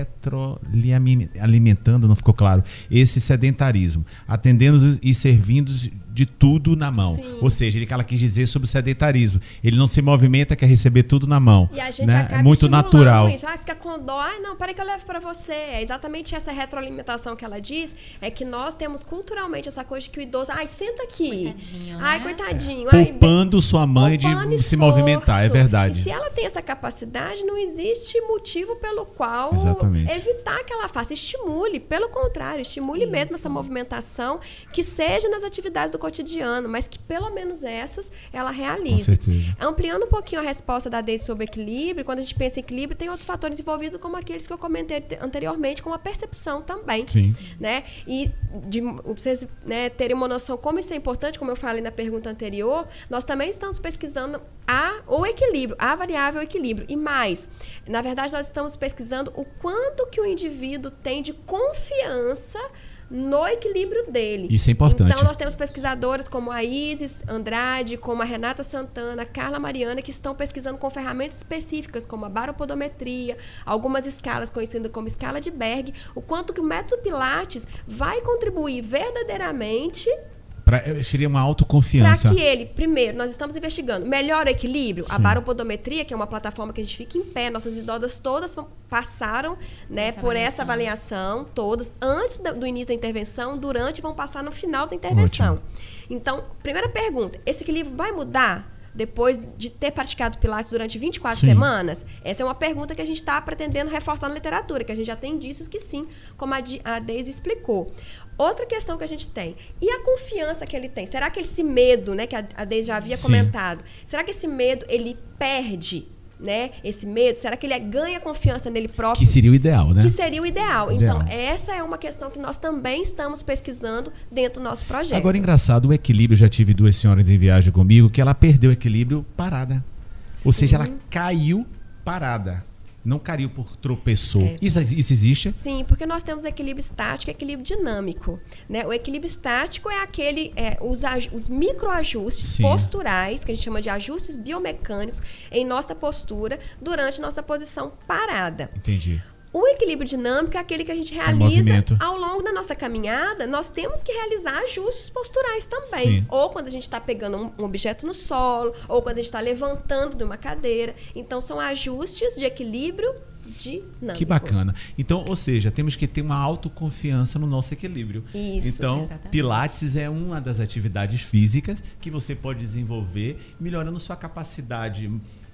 retroalimentando, não ficou claro, esse sedentarismo, atendendo e servindo de tudo na mão. Sim. Ou seja, ela quis dizer sobre o sedentarismo. Ele não se movimenta, quer receber tudo na mão. E a gente né? acaba É muito natural. Isso. Fica com dó. Não, peraí que eu levo pra você. É exatamente essa retroalimentação que ela diz, é que nós temos culturalmente essa coisa de que o idoso, senta aqui. Coitadinho, Ai, né? coitadinho. Poupando sua mãe de esforço. se movimentar, é verdade. E se ela tem essa capacidade, não existe motivo pelo qual evitar que ela faça. Estimule, pelo contrário, estimule mesmo essa movimentação, que seja nas atividades do cotidiano, mas que pelo menos essas ela realize. Com certeza. Ampliando um pouquinho a resposta da Deise sobre equilíbrio, quando a gente pensa em equilíbrio, tem outros fatores envolvidos, como aqueles que eu comentei anteriormente, como a percepção também. Sim. Né? E vocês, né, terem uma noção como isso é importante, como eu falei na pergunta anterior, nós também estamos pesquisando o equilíbrio, a variável equilíbrio. E mais, na verdade, nós estamos pesquisando o quanto que o indivíduo tem de confiança no equilíbrio dele. Isso é importante. Então, nós temos pesquisadoras como a Isis Andrade, como a Renata Santana, a Carla Mariana, que estão pesquisando com ferramentas específicas, como a baropodometria, algumas escalas conhecidas como escala de Berg, o quanto que o método Pilates vai contribuir verdadeiramente seria uma autoconfiança. Para que ele, primeiro, nós estamos investigando melhor equilíbrio. Sim. A baropodometria, que é uma plataforma que a gente fica em pé, nossas idosas todas passaram, né, por essa avaliação, todas, antes do início da intervenção, durante, vão passar no final da intervenção. Ótimo. Então, primeira pergunta, esse equilíbrio vai mudar depois de ter praticado Pilates durante 24 semanas? Essa é uma pergunta que a gente está pretendendo reforçar na literatura, que a gente já tem indícios que sim, como a Deise explicou. Outra questão que a gente tem, e a confiança que ele tem? Será que esse medo, né, que a Deise já havia comentado, será que esse medo ele perde né, esse medo? Será que ele ganha confiança nele próprio? Que seria o ideal, né? Que seria o ideal. Ideal. Então, essa é uma questão que nós também estamos pesquisando dentro do nosso projeto. Agora, engraçado, o equilíbrio, já tive 2 senhoras em viagem comigo, que ela perdeu o equilíbrio parada. Ou seja, ela caiu parada. Não caiu por tropeçou. Isso existe? Sim, porque nós temos equilíbrio estático e equilíbrio dinâmico, né? O equilíbrio estático é aquele, os microajustes posturais, que a gente chama de ajustes biomecânicos, em nossa postura durante nossa posição parada. Entendi. O equilíbrio dinâmico é aquele que a gente realiza ao longo da nossa caminhada. Nós temos que realizar ajustes posturais também. Sim. Ou quando a gente está pegando um objeto no solo, ou quando a gente está levantando de uma cadeira. Então, são ajustes de equilíbrio dinâmico. Que bacana. Então, ou seja, temos que ter uma autoconfiança no nosso equilíbrio. Isso, então, exatamente. Pilates é uma das atividades físicas que você pode desenvolver, melhorando sua capacidade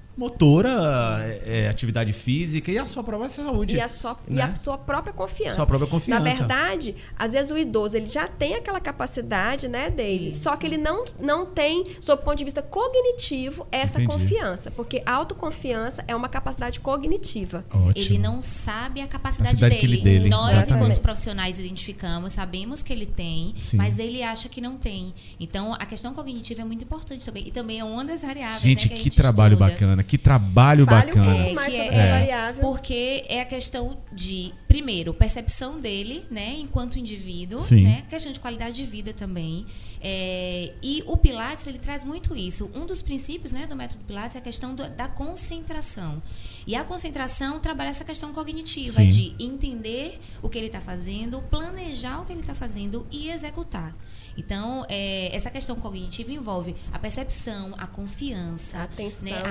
motora, atividade física e a sua própria saúde. E a sua própria confiança. Sua própria confiança. Na verdade, às vezes o idoso ele já tem aquela capacidade, né, Deise? Isso. Só que ele não tem, sob o ponto de vista cognitivo, essa confiança. Porque autoconfiança é uma capacidade cognitiva. Ótimo. Ele não sabe a capacidade dele. Nós, enquanto profissionais, identificamos, sabemos que ele tem, mas ele acha que não tem. Então, a questão cognitiva é muito importante também. E também é uma das variáveis, gente, né, que a gente trabalho estuda. Bacana. Que trabalho bacana. Mais sobre essa variável. Porque é a questão de, primeiro, percepção dele, né, enquanto indivíduo, né, questão de qualidade de vida também. E o Pilates, ele traz muito isso. Um dos princípios, né, do método Pilates é a questão da concentração. E a concentração trabalha essa questão cognitiva de entender o que ele está fazendo, planejar o que ele está fazendo e executar. Então, essa questão cognitiva envolve a percepção, a confiança, a atenção, né,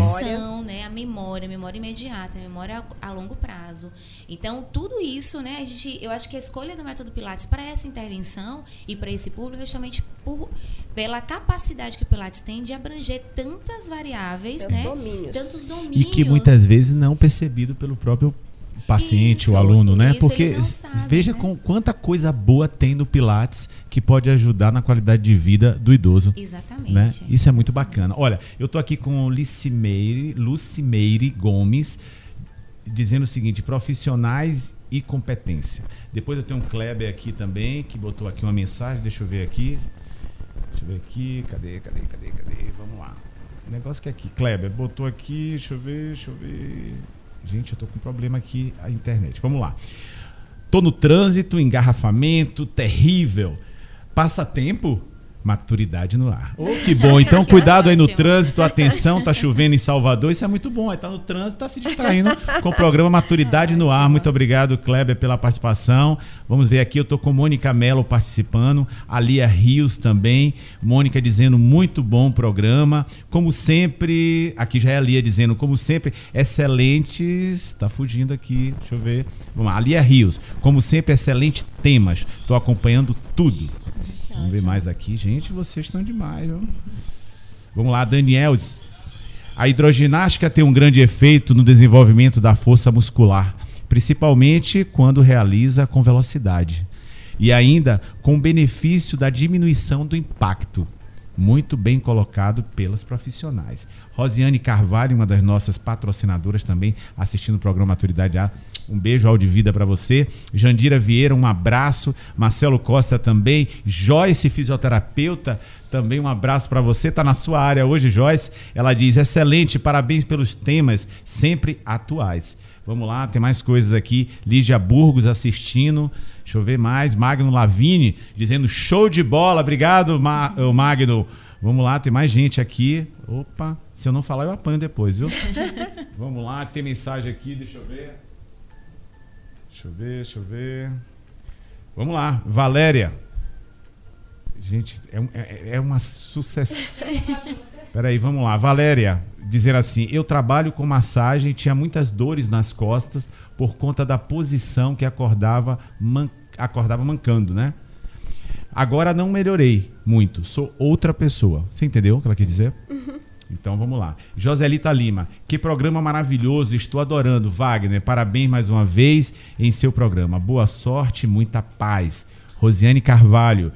a memória imediata, a memória a longo prazo. Então, tudo isso, né, eu acho que a escolha do método Pilates para essa intervenção e para esse público é justamente pela capacidade que o Pilates tem de abranger tantas variáveis, tantos domínios. E que muitas vezes não percebido pelo próprio paciente, o aluno, né? Porque veja quanta coisa boa tem no Pilates que pode ajudar na qualidade de vida do idoso. Exatamente. Né? Isso é muito bacana. Olha, eu tô aqui com Lucimeire Gomes, dizendo o seguinte: profissionais e competência. Depois eu tenho um Kleber aqui também, que botou aqui uma mensagem, deixa eu ver aqui. Cadê? Vamos lá. O negócio que é aqui. Kleber botou aqui, deixa eu ver. Gente, eu tô com um problema aqui, a internet. Vamos lá. Tô no trânsito, engarrafamento, terrível. Passatempo, maturidade no ar. Que bom. Então, cuidado aí no trânsito, atenção, tá chovendo em Salvador, isso é muito bom. Aí tá no trânsito, tá se distraindo com o programa Maturidade no Ar. Muito obrigado, Kleber, pela participação. Vamos ver aqui, eu tô com Mônica Mello participando, a Lia Rios também. Mônica dizendo, muito bom programa. Como sempre, aqui já é a Lia dizendo, como sempre, excelentes. Tá fugindo aqui, deixa eu ver. Vamos lá, a Lia Rios, como sempre, excelentes temas. Tô acompanhando tudo. Vamos ver mais aqui. Gente, vocês estão demais, viu? Vamos lá, Daniels. A hidroginástica tem um grande efeito no desenvolvimento da força muscular, principalmente quando realiza com velocidade. E ainda com o benefício da diminuição do impacto. Muito bem colocado pelos profissionais. Rosiane Carvalho, uma das nossas patrocinadoras também, assistindo o programa Maturidade A. Um beijo, Audivida, para você. Jandira Vieira, um abraço. Marcelo Costa também. Joyce, fisioterapeuta, também um abraço para você. Está na sua área hoje, Joyce. Ela diz, excelente, parabéns pelos temas, sempre atuais. Vamos lá, tem mais coisas aqui. Lígia Burgos assistindo. Deixa eu ver mais. Magno Lavini dizendo, show de bola. Obrigado, Magno. Vamos lá, tem mais gente aqui. Opa, se eu não falar, eu apanho depois, viu? Vamos lá, tem mensagem aqui, deixa eu ver. Deixa eu ver. Vamos lá, Valéria. Gente, é uma sucessão. Peraí, vamos lá. Valéria, dizer assim, eu trabalho com massagem, tinha muitas dores nas costas por conta da posição que acordava mancando, né? Agora não melhorei muito, sou outra pessoa. Você entendeu o que ela quer dizer? Uhum. Então vamos lá. Joselita Lima, que programa maravilhoso, estou adorando. Wagner, parabéns mais uma vez em seu programa. Boa sorte, muita paz. Rosiane Carvalho,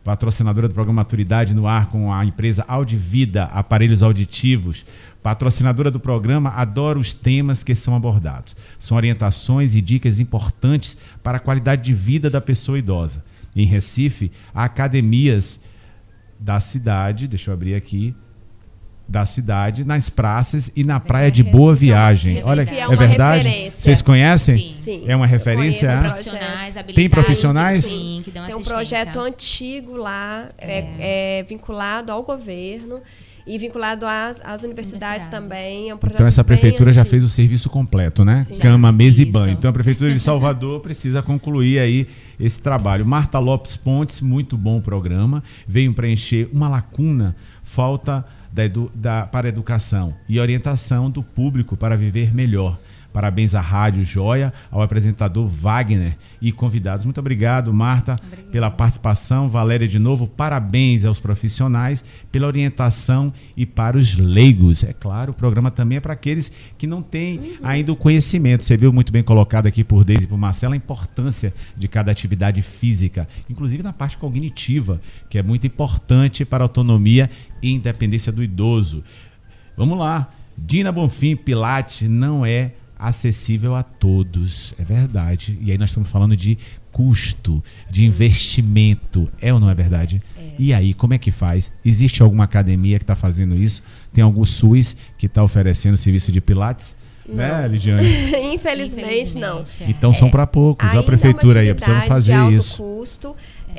patrocinadora do programa Maturidade no Ar com a empresa Audivida, aparelhos auditivos. Patrocinadora do programa, adora os temas que são abordados. São orientações e dicas importantes para a qualidade de vida da pessoa idosa. Em Recife, há academias da cidade, deixa eu abrir aqui, da cidade, nas praças e na praia de Boa Viagem. Olha, é verdade? Vocês conhecem? Sim. É uma referência? Tem profissionais? Sim, que dão Tem um assistência. projeto antigo lá, vinculado ao governo e vinculado às universidades também. É um projeto então essa prefeitura bem já antigo. fez o serviço completo, né? Sim. Cama, mesa e Isso. banho. Então a prefeitura de Salvador precisa concluir aí esse trabalho. Marta Lopes Pontes, muito bom o programa, veio preencher uma lacuna, falta para a educação e orientação do público para viver melhor. Parabéns à Rádio Joia, ao apresentador Wagner e convidados. Muito obrigado, Marta, pela participação. Valéria, de novo, parabéns aos profissionais pela orientação e para os leigos. É claro, o programa também é para aqueles que não têm ainda o conhecimento. Você viu muito bem colocado aqui por Deise e por Marcela a importância de cada atividade física, inclusive na parte cognitiva, que é muito importante para a autonomia e independência do idoso. Vamos lá. Dina Bonfim, Pilates não é acessível a todos, é verdade. E aí nós estamos falando de custo, de investimento, é ou não é verdade? É. E aí, como é que faz? Existe alguma academia que está fazendo isso? Tem algum SUS que está oferecendo serviço de Pilates? Não. Né, Lidiane? Infelizmente não. Então são para poucos. A prefeitura aí precisa fazer de alto isso. Custo.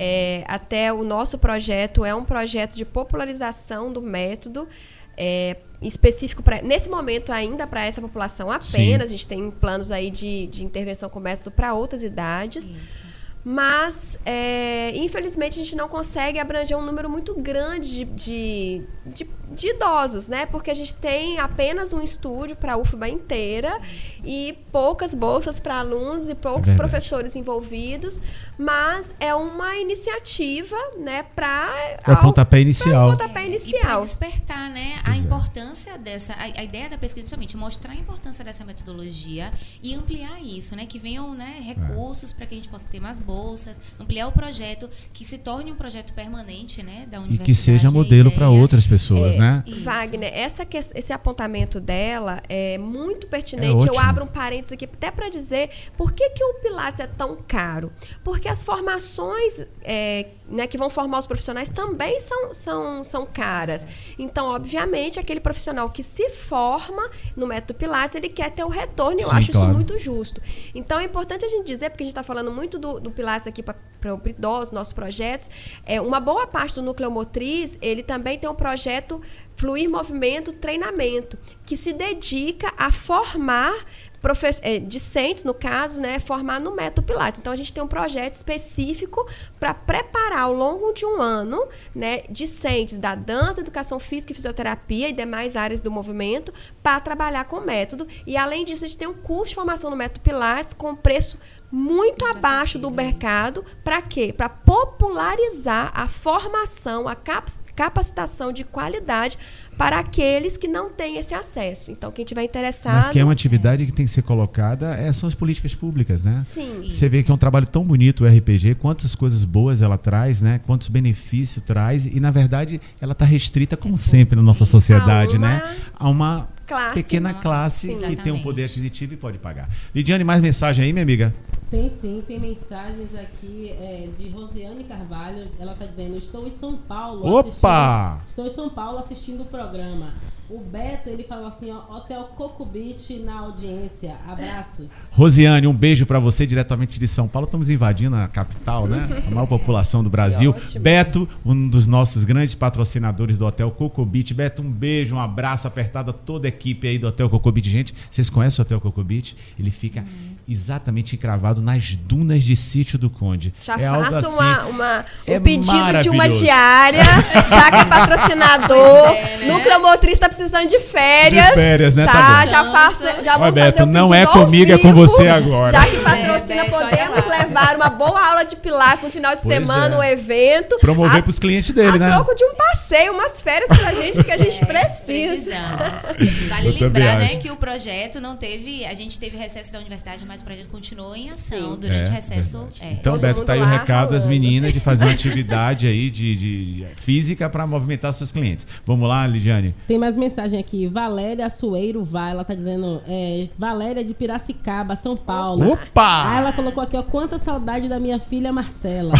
Até o nosso projeto é um projeto de popularização do método, específico nesse momento ainda para essa população apenas. Sim. A gente tem planos aí de intervenção com método para outras idades. Isso. Mas, infelizmente, a gente não consegue abranger um número muito grande de idosos, né? Porque a gente tem apenas um estúdio para a UFBA inteira. Isso. E poucas bolsas para alunos e poucos professores envolvidos. Mas é uma iniciativa, né, para o pontapé inicial. E para despertar, né, a importância dessa... A ideia da pesquisa é justamente mostrar a importância dessa metodologia e ampliar isso, né? Que venham, né, recursos para que a gente possa ter mais bolsas, ampliar o projeto, que se torne um projeto permanente, né, da universidade. E que seja modelo para outras pessoas, né? Wagner, esse apontamento dela é muito pertinente. Eu abro um parênteses aqui até para dizer por que o Pilates é tão caro. Porque as formações né, que vão formar os profissionais também são caras. Então, obviamente, aquele profissional que se forma no método Pilates, ele quer ter o retorno, e eu acho isso muito justo. Então, é importante a gente dizer, porque a gente está falando muito do Pilates aqui para idosos, nossos projetos, uma boa parte do núcleo motriz, ele também tem um projeto Fluir Movimento Treinamento, que se dedica a formar discentes, no caso, né, formar no método Pilates. Então, a gente tem um projeto específico para preparar ao longo de um ano, né, discentes da dança, educação física e fisioterapia e demais áreas do movimento para trabalhar com o método. E, além disso, a gente tem um curso de formação no método Pilates com preço muito abaixo do mercado. Para quê? Para popularizar a formação, a capacitação de qualidade para aqueles que não têm esse acesso. Então, quem tiver interessado... Mas que é uma atividade que tem que ser colocada, são as políticas públicas, né? Sim. Você vê que é um trabalho tão bonito o RPG, quantas coisas boas ela traz, né? Quantos benefícios traz, e na verdade ela está restrita, como sempre na nossa sociedade, né? A uma pequena classe que tem um poder aquisitivo e pode pagar. Lidiane, mais mensagem aí, minha amiga? Tem sim, tem mensagens aqui de Rosiane Carvalho. Ela está dizendo: estou em São Paulo. Estou em São Paulo assistindo o programa. O Beto, ele falou assim, ó, Hotel Coco Beach na audiência. Abraços. Rosiane, um beijo para você diretamente de São Paulo. Estamos invadindo a capital, né? A maior população do Brasil. Beto, um dos nossos grandes patrocinadores do Hotel Coco Beach. Beto, um beijo, um abraço apertado a toda a equipe aí do Hotel Coco Beach. Gente, vocês conhecem o Hotel Coco Beach? Ele fica exatamente encravado nas dunas de Sítio do Conde. Já faço um pedido de uma diária, já que é patrocinador. Núcleo Motriz está precisando de férias. De férias, né? Tá, Tá bom. já vamos Beto, fazer o não pedido é ao comigo, é vivo. com você agora. Já que patrocina, Beto, podemos olha lá. levar uma boa aula de pilates no final de Pois semana, é. um evento. Promover pros clientes dele, né? A troco de um passeio, umas férias pra gente, porque a gente precisa. Precisamos. Vale Eu também lembrar, né, acho. que o projeto não teve... A gente teve recesso da universidade, mas o projeto continuou em ação Sim. durante o recesso. Verdade. Então, Todo Beto, mundo tá aí o lá recado das rolando. meninas de fazer uma atividade aí de física para movimentar seus clientes. Vamos lá, Lidiane? Tem mais mensagem aqui. Valéria Açoeiro vai. Ela tá dizendo, Valéria de Piracicaba, São Paulo. Opa! Aí ela colocou aqui, ó, quanta saudade da minha filha Marcela.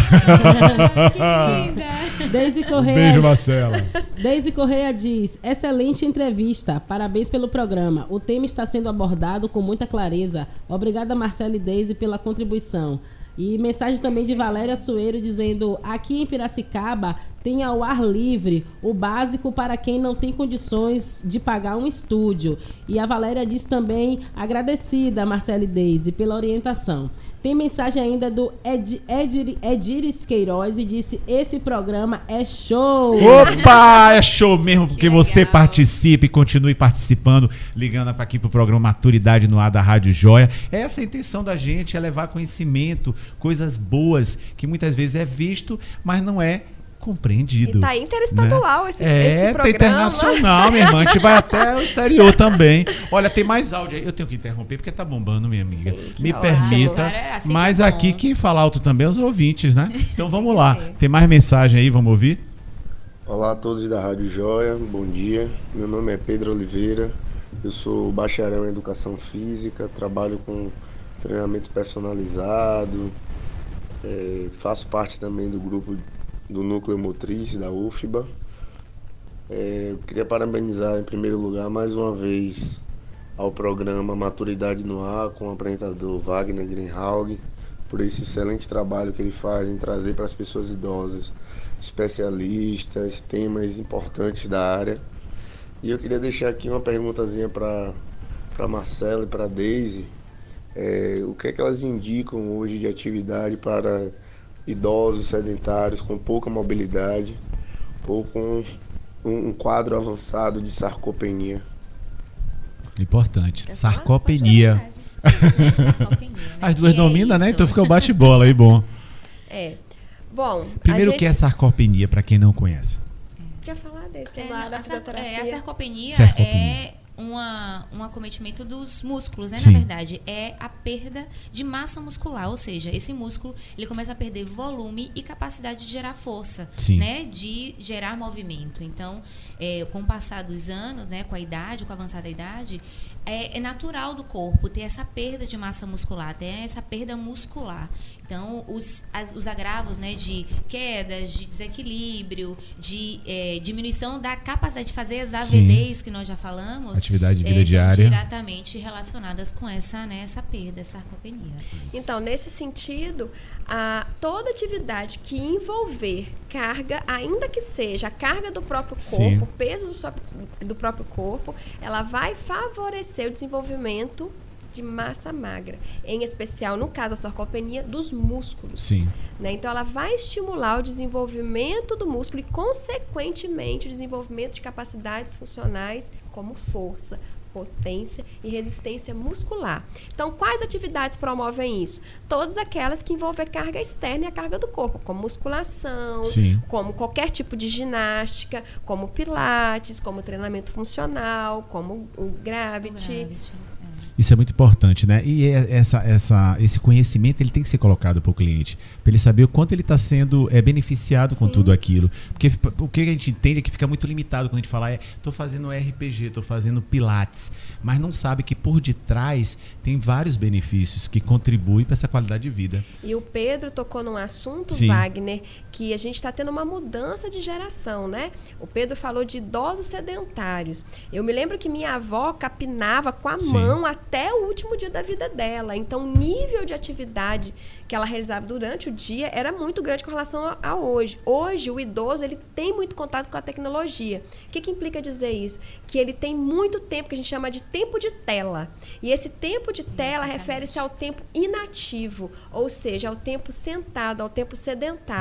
Que linda! Deise Correia. Beijo, Marcela. Deise Correia diz: excelente entrevista, parabéns pelo programa. O tema está sendo abordado com muita clareza. Obrigada, Marcela e Deise, pela contribuição. E mensagem também de Valéria Sueiro dizendo: aqui em Piracicaba tem ao ar livre o básico para quem não tem condições de pagar um estúdio. E a Valéria diz também, agradecida, Marcela e Deise, pela orientação. Tem mensagem ainda do Ediris Queiroz e disse: esse programa é show! Opa! É show mesmo, porque Que você legal. participe e continue participando, ligando aqui pro programa Maturidade no Ar da Rádio Joia. Essa é a intenção da gente, é levar conhecimento, coisas boas, que muitas vezes é visto, mas não é compreendido. E tá interestadual né? esse tá programa. internacional, minha irmã. A gente vai até o exterior também. Olha, tem mais áudio aí. Eu tenho que interromper porque tá bombando, minha amiga. Me ótimo. permita. Cara, é assim Mas que é bom. aqui quem fala alto também é os ouvintes, né? Então vamos lá. ser. Tem mais mensagem aí, vamos ouvir? Olá a todos da Rádio Joia, bom dia. Meu nome é Pedro Oliveira, eu sou bacharel em Educação Física, trabalho com treinamento personalizado, faço parte também do grupo do Núcleo Motriz da UFBA. Eu queria parabenizar em primeiro lugar mais uma vez ao programa Maturidade no Ar com o apresentador Wagner Greenhalgh por esse excelente trabalho que ele faz em trazer para as pessoas idosas especialistas, temas importantes da área. E eu queria deixar aqui uma perguntazinha para Marcela e para Deise. O que é que elas indicam hoje de atividade para idosos sedentários com pouca mobilidade ou com um quadro avançado de sarcopenia? Importante. Quer falar? Sarcopenia. Sarcopenia, né? As duas Que é dominam, né? isso? Então fica o bate-bola aí, bom. Bom, Primeiro, a o que é gente... sarcopenia, para quem não conhece? Quer falar desse, que é É, lá da a fisioterapia. sarcopenia Sarcopenia. é um acometimento dos músculos, né? Sim. Na verdade, é a perda de massa muscular, ou seja, esse músculo ele começa a perder volume e capacidade de gerar força, Sim. né? De gerar movimento. Então, com o passar dos anos, né? Com a idade, com a avançada idade, é natural do corpo ter essa perda de massa muscular, ter essa perda muscular. Então, os agravos, né, de quedas, de desequilíbrio, de diminuição da capacidade de fazer as AVDs que nós já falamos, Atividade de vida estão diária. diretamente relacionadas com essa perda, essa sarcopenia. Então, nesse sentido, toda atividade que envolver carga, ainda que seja a carga do próprio corpo, Sim. o peso do próprio corpo, ela vai favorecer o desenvolvimento de massa magra, em especial, no caso da sarcopenia, dos músculos. Sim. Né? Então, ela vai estimular o desenvolvimento do músculo e, consequentemente, o desenvolvimento de capacidades funcionais como força, potência e resistência muscular. Então, quais atividades promovem isso? Todas aquelas que envolvem carga externa e a carga do corpo, como musculação, Sim. como qualquer tipo de ginástica, como pilates, como treinamento funcional, como o gravity. Isso é muito importante, né? E esse conhecimento ele tem que ser colocado para o cliente, para ele saber o quanto ele está sendo beneficiado com tudo aquilo. Porque o que a gente entende é que fica muito limitado quando a gente fala, estou fazendo RPG, estou fazendo pilates, mas não sabe que por detrás tem vários benefícios que contribuem para essa qualidade de vida. E o Pedro tocou num assunto, Sim. Wagner, que a gente está tendo uma mudança de geração, né? O Pedro falou de idosos sedentários. Eu me lembro que minha avó capinava com a Sim. mão até o último dia da vida dela. Então, o nível de atividade que ela realizava durante o dia era muito grande com relação a hoje. Hoje, o idoso ele tem muito contato com a tecnologia. O que implica dizer isso? Que ele tem muito tempo, que a gente chama de tempo de tela. E esse tempo de tela refere-se ao tempo inativo, ou seja, ao tempo sentado, ao tempo sedentário. Muito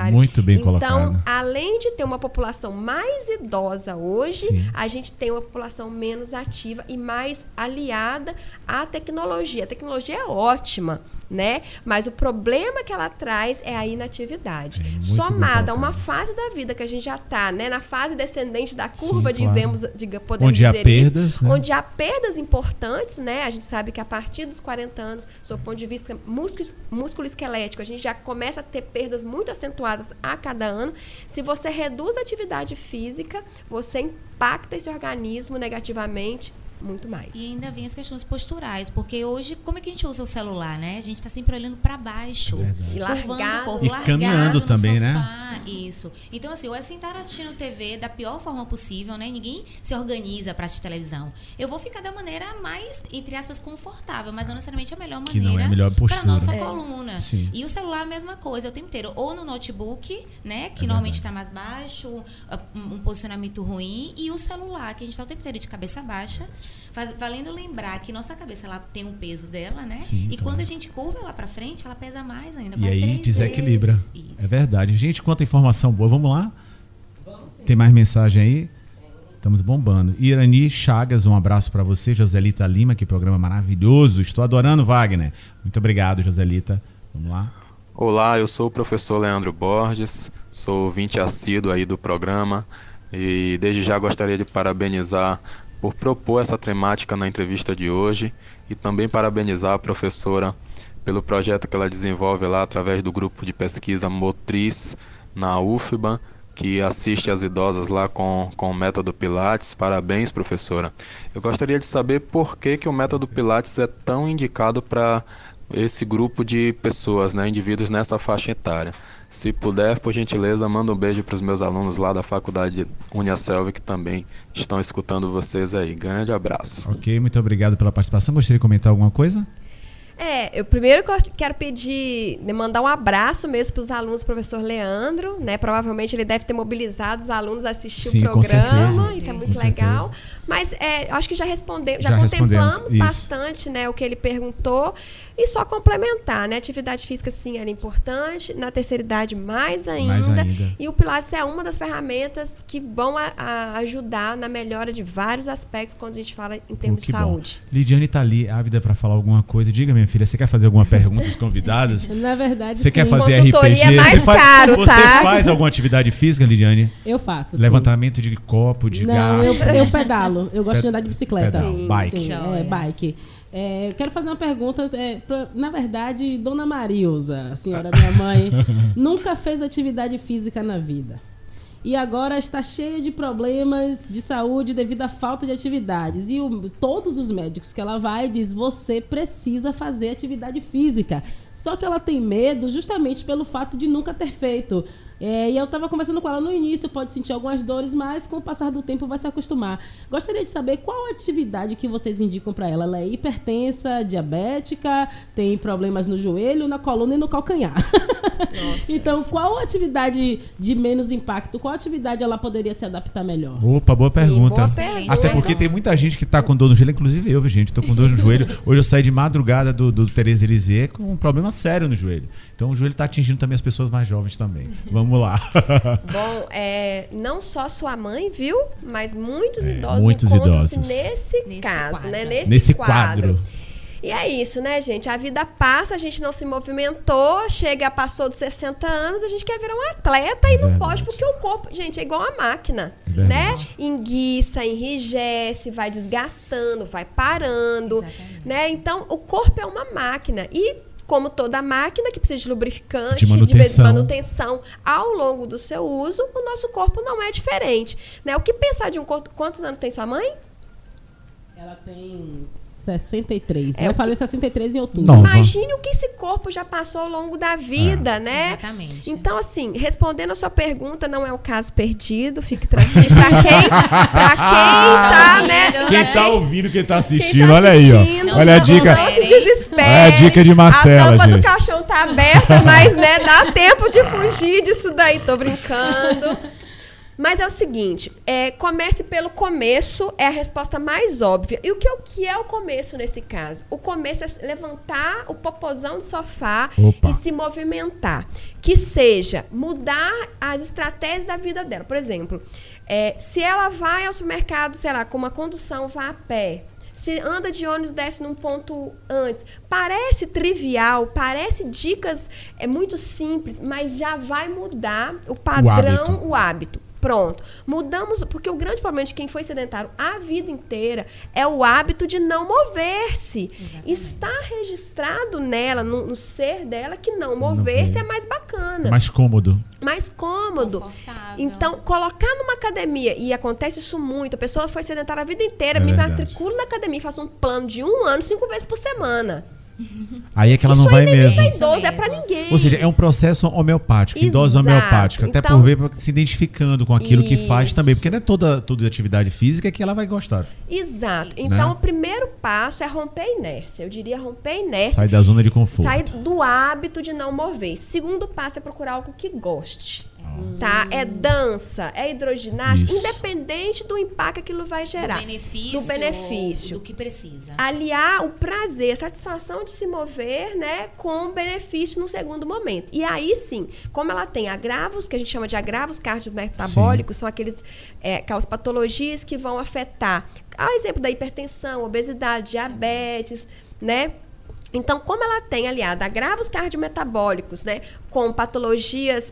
bem então, colocado. além de ter uma população mais idosa hoje, Sim. a gente tem uma população menos ativa e mais aliada à tecnologia. A tecnologia é ótima, né? Mas o problema que ela traz é a inatividade. Muito Somada a bem uma colocado. fase da vida que a gente já está, né? Na fase descendente da curva, Sim, claro. podemos Onde há dizer perdas, isso, né? onde há perdas importantes, né? A gente sabe que a partir dos 40 anos, do ponto de vista músculo-esquelético, a gente já começa a ter perdas muito acentuadas a cada ano. Se você reduz a atividade física, você impacta esse organismo negativamente muito mais. E ainda vem as questões posturais, porque hoje, como é que a gente usa o celular, né? A gente está sempre olhando para baixo. E curvando o corpo, E largado caminhando no também, sofá. né? Isso. Então, assim, ou é sentar assistindo TV da pior forma possível, né? Ninguém se organiza para assistir televisão. Eu vou ficar da maneira mais, entre aspas, confortável, mas não necessariamente a melhor Que não é a maneira melhor para postura. nossa coluna. Sim. E o celular, a mesma coisa, o tempo inteiro. Ou no notebook, né? Que normalmente está mais baixo, um posicionamento ruim. E o celular, que a gente está o tempo inteiro de cabeça baixa, valendo lembrar que nossa cabeça ela tem um peso dela, né? Sim, e claro. quando a gente curva ela para frente, ela pesa mais ainda. E mais aí 3 desequilibra. vezes. É verdade. Gente, quanta informação boa. Vamos lá? Tem mais mensagem aí? Estamos bombando. Irani Chagas, um abraço para você. Joselita Lima, que programa maravilhoso. Estou adorando, Wagner. Muito obrigado, Joselita. Vamos lá. Olá, eu sou o professor Leandro Borges, sou ouvinte assíduo aí do programa e desde já gostaria de parabenizar por propor essa temática na entrevista de hoje e também parabenizar a professora pelo projeto que ela desenvolve lá através do grupo de pesquisa Motriz na UFBA, que assiste as idosas lá com o método Pilates. Parabéns, professora. Eu gostaria de saber por que o método Pilates é tão indicado para esse grupo de pessoas, né, indivíduos nessa faixa etária. Se puder, por gentileza, manda um beijo para os meus alunos lá da Faculdade Uniaselv que também estão escutando vocês aí. Grande abraço. Ok, muito obrigado pela participação. Gostaria de comentar alguma coisa? Eu primeiro quero pedir, mandar um abraço mesmo para os alunos do professor Leandro, né? Provavelmente ele deve ter mobilizado os alunos a assistir Sim, o programa, com certeza. isso é Com muito certeza. legal. Mas acho que já contemplamos respondemos, isso. bastante, né, o que ele perguntou. E só complementar, né? Atividade física, sim, era importante. Na terceira idade, mais ainda. E o Pilates é uma das ferramentas que vão ajudar na melhora de vários aspectos quando a gente fala em termos de saúde. Bom. Lidiane está ali, ávida para falar alguma coisa. Diga, minha filha, você quer fazer alguma pergunta aos convidados? Na verdade, você quer fazer consultoria RPG? É mais caro, você tá? faz alguma atividade física, Lidiane? Eu faço. Levantamento sim. De copo, de Não, garfo? eu pedalo. Eu gosto de andar de bicicleta. Pedal, bike. Sim, bike. Eu quero fazer uma pergunta, na verdade, Dona Marilza, a senhora minha mãe, nunca fez atividade física na vida. E agora está cheia de problemas de saúde devido à falta de atividades. E todos os médicos que ela vai diz, você precisa fazer atividade física. Só que ela tem medo justamente pelo fato de nunca ter feito. E eu estava conversando com ela no início, pode sentir algumas dores, mas com o passar do tempo vai se acostumar. Gostaria de saber qual a atividade que vocês indicam para ela. Ela é hipertensa, diabética, tem problemas no joelho, na coluna e no calcanhar. Nossa, então, qual atividade de menos impacto, qual atividade ela poderia se adaptar melhor? Opa, boa pergunta. Boa pergunta. Até porque tem muita gente que está com dor no joelho, inclusive eu, gente, estou com dor no joelho. Hoje eu saí de madrugada do Tereza Elisée com um problema sério no joelho. Então o joelho está atingindo também as pessoas mais jovens também. Vamos lá. Bom, não só sua mãe, viu? Mas muitos idosos muitos encontram-se idosos. nesse caso, quadro. né? Nesse quadro. E é isso, né, gente? A vida passa, a gente não se movimentou, passou dos 60 anos, a gente quer virar um atleta e não pode, porque o corpo, gente, é igual a máquina, né? Enguiça, enrijece, vai desgastando, vai parando, né? Então, o corpo é uma máquina e como toda máquina que precisa de lubrificante, de manutenção ao longo do seu uso, o nosso corpo não é diferente, né? O que pensar de um corpo... Quantos anos tem sua mãe? Ela tem 63. Eu falei 63 em outubro. Nova. Imagine o que esse corpo já passou ao longo da vida, né? Exatamente. Então, assim, respondendo a sua pergunta, não é um caso perdido, fique tranquilo. Pra quem está, né? Quem está ouvindo, quem está assistindo, Quem tá olha aí, ó. assistindo, Olha a dica. Não se desespere. Olha a dica de Marcela, A tampa gente. do caixão tá aberta, mas, né, dá tempo de fugir disso daí. Tô brincando. Mas é o seguinte, comece pelo começo, é a resposta mais óbvia. E o que é o começo nesse caso? O começo é levantar o popozão do sofá e se movimentar. Que seja mudar as estratégias da vida dela. Por exemplo, se ela vai ao supermercado, sei lá, com uma condução, vá a pé. Se anda de ônibus, desce num ponto antes. Parece trivial, parece dicas muito simples, mas já vai mudar o padrão, o hábito. Pronto. Mudamos, porque o grande problema de quem foi sedentário a vida inteira é o hábito de não mover-se. Exatamente. Está registrado nela, no ser dela, que não mover-se é mais bacana. Mais cômodo. Mais cômodo. Confortável. Então, colocar numa academia, e acontece isso muito, a pessoa foi sedentária a vida inteira, me matriculo na academia e faço um plano de 1 ano, 5 vezes por semana. Aí é que ela não vai mesmo. Isso é idoso, é pra ninguém. Ou seja, é um processo homeopático, em dose homeopática. Até então, por ver, se identificando com aquilo que faz também. Porque não é toda atividade física que ela vai gostar. Exato. Então, o primeiro passo é romper a inércia. Eu diria romper a inércia. Sai da zona de conforto. Sai do hábito de não mover. Segundo passo é procurar algo que goste. Tá? É dança, é hidroginástica, independente do impacto que aquilo vai gerar. Do benefício. Do que precisa. Aliar o prazer, a satisfação de se mover, né, com o benefício no segundo momento. E aí sim, como ela tem agravos, que a gente chama de agravos cardiometabólicos, são aquelas patologias que vão afetar, ao exemplo da hipertensão, obesidade, diabetes, né? Então, como ela tem aliada agravos cardiometabólicos, né, com patologias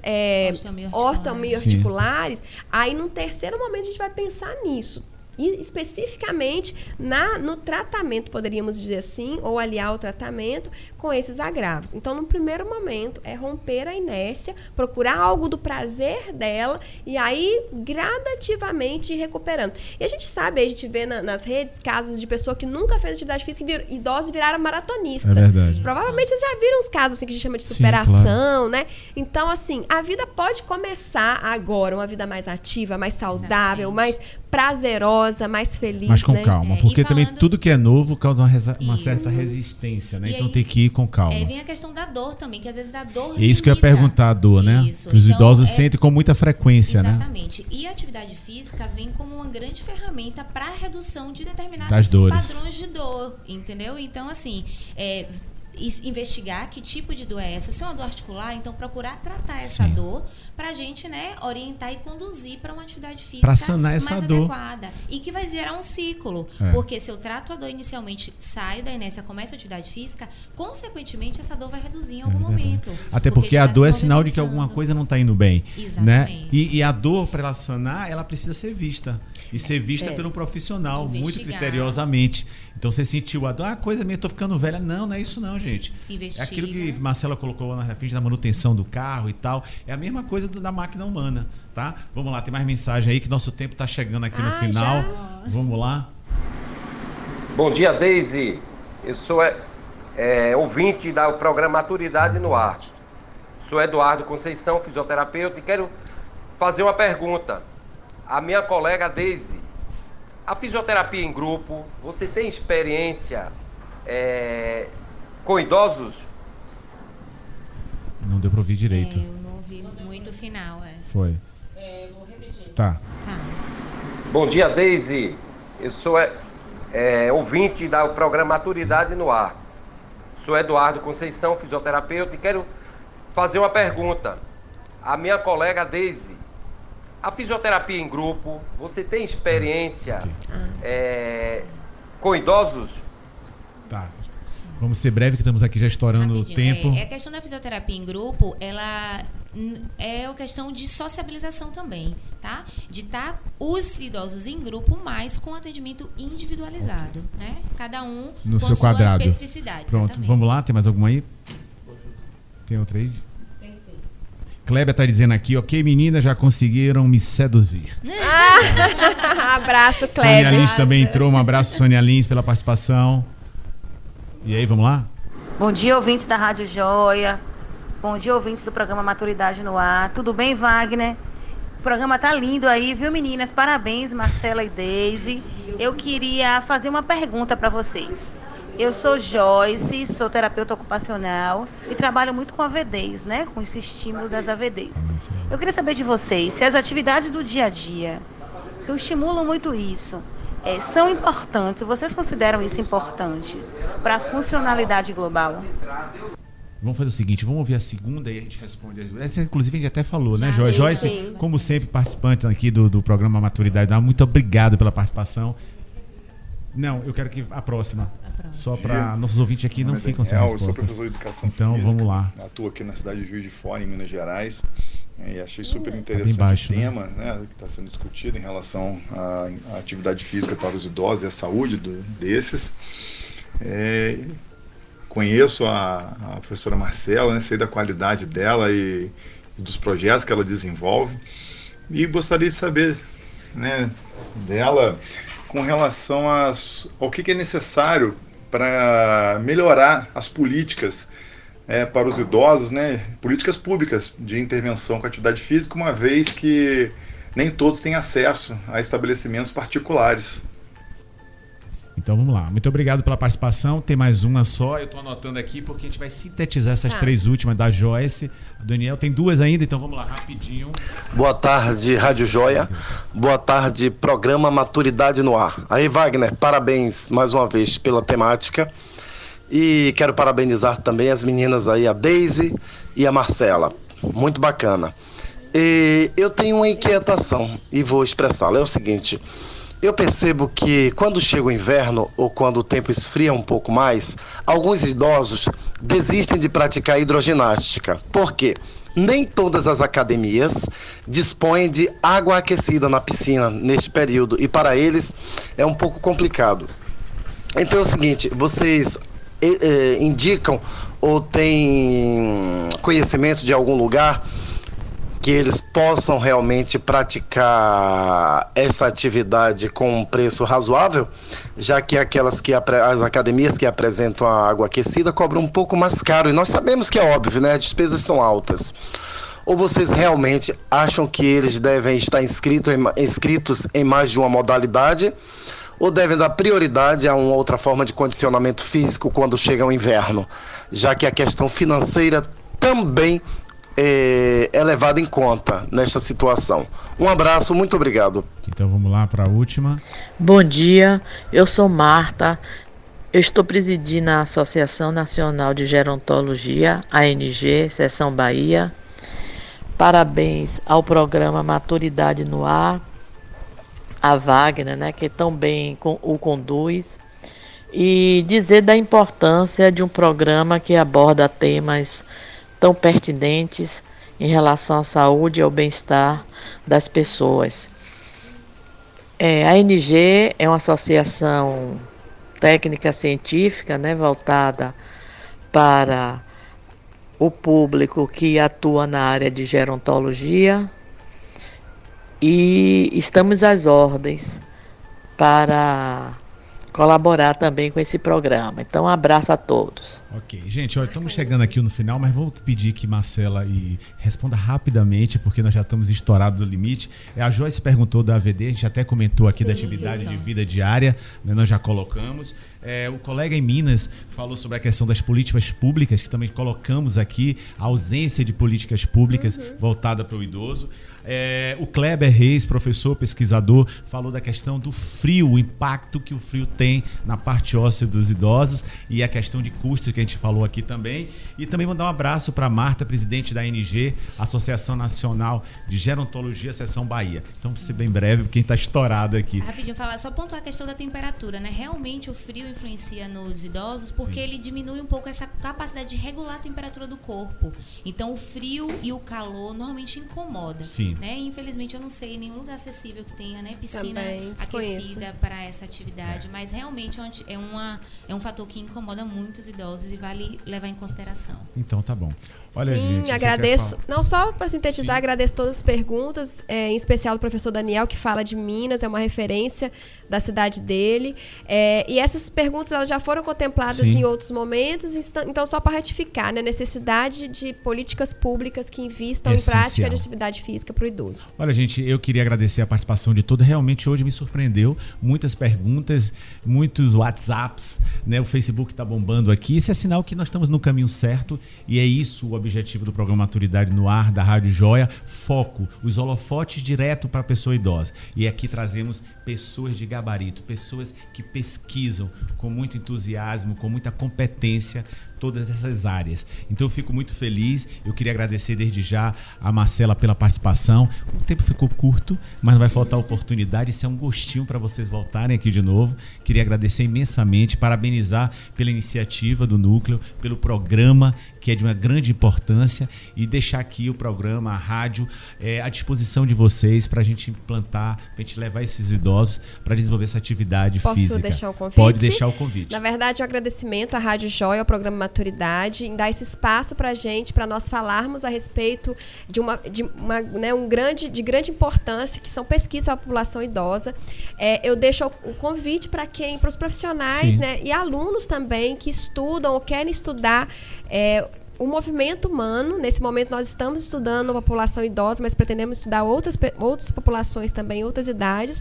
osteomiarticulares, aí num terceiro momento a gente vai pensar nisso. E especificamente no tratamento, poderíamos dizer assim, ou aliar o tratamento com esses agravos. Então, no primeiro momento, é romper a inércia, procurar algo do prazer dela e aí gradativamente ir recuperando. E a gente sabe, a gente vê nas redes casos de pessoa que nunca fez atividade física e idosos viraram maratonista. É verdade. Provavelmente vocês já viram uns casos assim que a gente chama de superação, claro, né? Então, assim, a vida pode começar agora, uma vida mais ativa, mais saudável, mais prazerosa, mais feliz, mas com né? calma, porque também tudo que é novo causa uma certa resistência, né? E então aí, tem que ir com calma. Vem a questão da dor também, que às vezes a dor é isso que eu ia perguntar, a dor, né? Isso. Que os idosos sentem com muita frequência, exatamente, né? E a atividade física vem como uma grande ferramenta para a redução de determinados padrões de dor, entendeu? Então, assim, investigar que tipo de dor é essa. Se é uma dor articular, então procurar tratar essa dor pra gente, né, orientar e conduzir para uma atividade física pra sanar essa mais dor adequada. E que vai gerar um ciclo. Porque se eu trato a dor inicialmente, saio da inércia, começo a atividade física, consequentemente essa dor vai reduzir em algum momento. Até porque a dor é sinal de que alguma coisa não está indo bem. Exatamente. Né? E a dor, para ela sanar, ela precisa ser vista. E ser vista pelo profissional, muito criteriosamente. Então você sentiu a dor, coisa minha, tô ficando velha. Não é isso não, gente. Investiga. É aquilo que Marcela colocou na frente da manutenção do carro e tal. É a mesma coisa da máquina humana, tá? Vamos lá, tem mais mensagem aí que nosso tempo está chegando aqui no final. Já? Vamos lá. Bom dia, Deise. Eu sou ouvinte do programa Maturidade no Ar. Sou Eduardo Conceição, fisioterapeuta, e quero fazer uma pergunta. A minha colega Deise, a fisioterapia em grupo, você tem experiência com idosos? Não deu para ouvir direito. Eu não ouvi muito o final. Foi. Vou repetir. Tá. Bom dia, Deise. Eu sou ouvinte do programa Maturidade no Ar. Sou Eduardo Conceição, fisioterapeuta, e quero fazer uma pergunta. A minha colega Deise, a fisioterapia em grupo, você tem experiência com idosos? Tá. Vamos ser breve, que estamos aqui já estourando o tempo. A questão da fisioterapia em grupo, ela é uma questão de sociabilização também, tá? De estar os idosos em grupo, mas com atendimento individualizado, né? Cada um no com seu sua quadrado. Especificidade. Pronto, exatamente. Vamos lá, tem mais alguma aí? Tem outra aí? Tem sim. Kleber tá dizendo aqui, ok, meninas, já conseguiram me seduzir. Abraço, Kleber. Sônia Lins também entrou, um abraço, Sônia Lins, pela participação. E aí, vamos lá? Bom dia, ouvintes da Rádio Joia. Bom dia, ouvintes do programa Maturidade no Ar. Tudo bem, Wagner? O programa tá lindo aí, viu, meninas? Parabéns, Marcela e Deise. Eu queria fazer uma pergunta para vocês. Eu sou Joyce, sou terapeuta ocupacional e trabalho muito com AVDs, né? Com esse estímulo das AVDs. Eu queria saber de vocês se as atividades do dia a dia, que estimulam muito isso, são importantes. Vocês consideram isso importantes para a funcionalidade global? Vamos fazer o seguinte, vamos ouvir a segunda e a gente responde. Essa, inclusive, a gente até falou, né, Joyce? Joyce, como sempre, participante aqui do programa Maturidade. Muito obrigado pela participação. Não, eu quero que a próxima. Só para nossos ouvintes aqui não ficam sem respostas. Eu sou professor de educação então, física, vamos lá. Atuo aqui na cidade de Juiz de Fora, em Minas Gerais. E achei super interessante o tema, né, que está sendo discutido em relação à atividade física para os idosos e a saúde desses. Conheço a professora Marcela, né, sei da qualidade dela e dos projetos que ela desenvolve. E gostaria de saber, né, dela com relação ao que é necessário para melhorar as políticas para os idosos, né, políticas públicas de intervenção com a atividade física, uma vez que nem todos têm acesso a estabelecimentos particulares. Então vamos lá. Muito obrigado pela participação. Tem mais uma só. Eu estou anotando aqui porque a gente vai sintetizar essas três últimas da Joyce. A Daniel tem duas ainda, então vamos lá, rapidinho. Boa tarde, Rádio Joia. Boa tarde, programa Maturidade no Ar. Aí, Wagner, parabéns mais uma vez pela temática. E quero parabenizar também as meninas aí, a Deise e a Marcela. Muito bacana. E eu tenho uma inquietação e vou expressá-la. É o seguinte... Eu percebo que quando chega o inverno ou quando o tempo esfria um pouco mais, alguns idosos desistem de praticar hidroginástica. Por quê? Nem todas as academias dispõem de água aquecida na piscina neste período e para eles é um pouco complicado. Então é o seguinte, vocês indicam ou têm conhecimento de algum lugar que eles possam realmente praticar essa atividade com um preço razoável, já que as academias que apresentam a água aquecida cobram um pouco mais caro, e nós sabemos que é óbvio, né? As despesas são altas. Ou vocês realmente acham que eles devem estar inscritos em mais de uma modalidade, ou devem dar prioridade a uma outra forma de condicionamento físico quando chega o inverno, já que a questão financeira também é levado em conta nesta situação. Um abraço, muito obrigado. Então vamos lá para a última. Bom dia, eu sou Marta, eu estou presidindo a Associação Nacional de Gerontologia, ANG, Seção Bahia. Parabéns ao programa Maturidade no Ar, a Wagner, né, que tão bem o conduz, e dizer da importância de um programa que aborda temas tão pertinentes em relação à saúde e ao bem-estar das pessoas. A ANG é uma associação técnica científica, né, voltada para o público que atua na área de gerontologia, e estamos às ordens para colaborar também com esse programa. Então, um abraço a todos. Ok, gente, olha, estamos chegando aqui no final, mas vamos pedir que Marcela responda rapidamente, porque nós já estamos estourados do limite. A Joyce perguntou da AVD, a gente até comentou aqui da atividade de vida diária, né, nós já colocamos. O colega em Minas falou sobre a questão das políticas públicas, que também colocamos aqui, a ausência de políticas públicas voltada para o idoso. O Kleber Reis, professor, pesquisador, falou da questão do frio, o impacto que o frio tem na parte óssea dos idosos e a questão de custos que a gente falou aqui também. E também mandar um abraço para Marta, presidente da ANG, Associação Nacional de Gerontologia, Seção Bahia. Então, vou ser bem breve, porque a gente está estourado aqui. Rapidinho, só pontuar a questão da temperatura, né? Realmente o frio influencia nos idosos porque ele diminui um pouco essa capacidade de regular a temperatura do corpo. Então, o frio e o calor normalmente incomodam. Sim. Né? Infelizmente eu não sei nenhum lugar acessível que tenha, né, piscina Também aquecida para essa atividade, mas realmente é um fator que incomoda muito os idosos e vale levar em consideração. Então tá bom. Olha, sim, gente, agradeço. Não só para sintetizar, agradeço todas as perguntas, em especial do professor Daniel, que fala de Minas, é uma referência da cidade dele. E essas perguntas elas já foram contempladas em outros momentos, então só para ratificar, né, a necessidade de políticas públicas que invistam em prática de atividade física para para o idoso. Olha, gente, eu queria agradecer a participação de todos. Realmente hoje me surpreendeu. Muitas perguntas, muitos WhatsApps, né? O Facebook está bombando aqui. Esse é sinal que nós estamos no caminho certo e é isso o objetivo do programa Maturidade no Ar, da Rádio Joia. Foco, os holofotes direto para a pessoa idosa. E aqui trazemos pessoas de gabarito, pessoas que pesquisam com muito entusiasmo, com muita competência todas essas áreas. Então eu fico muito feliz, eu queria agradecer desde já a Marcela pela participação. O tempo ficou curto, mas não vai faltar oportunidade, isso é um gostinho para vocês voltarem aqui de novo. Queria agradecer imensamente, parabenizar pela iniciativa do Núcleo, pelo programa que é de uma grande importância e deixar aqui o programa, a rádio, à disposição de vocês para a gente implantar, para a gente levar esses idosos para desenvolver essa atividade física. Posso deixar o convite? Pode deixar o convite. Na verdade, um agradecimento à Rádio Joia, ao programa Maturidade, em dar esse espaço para a gente, para nós falarmos a respeito de grande importância, que são pesquisas à população idosa. Eu deixo o convite para os profissionais, né, e alunos também que estudam ou querem estudar o movimento humano. Nesse momento nós estamos estudando a população idosa, mas pretendemos estudar outras populações também, outras idades.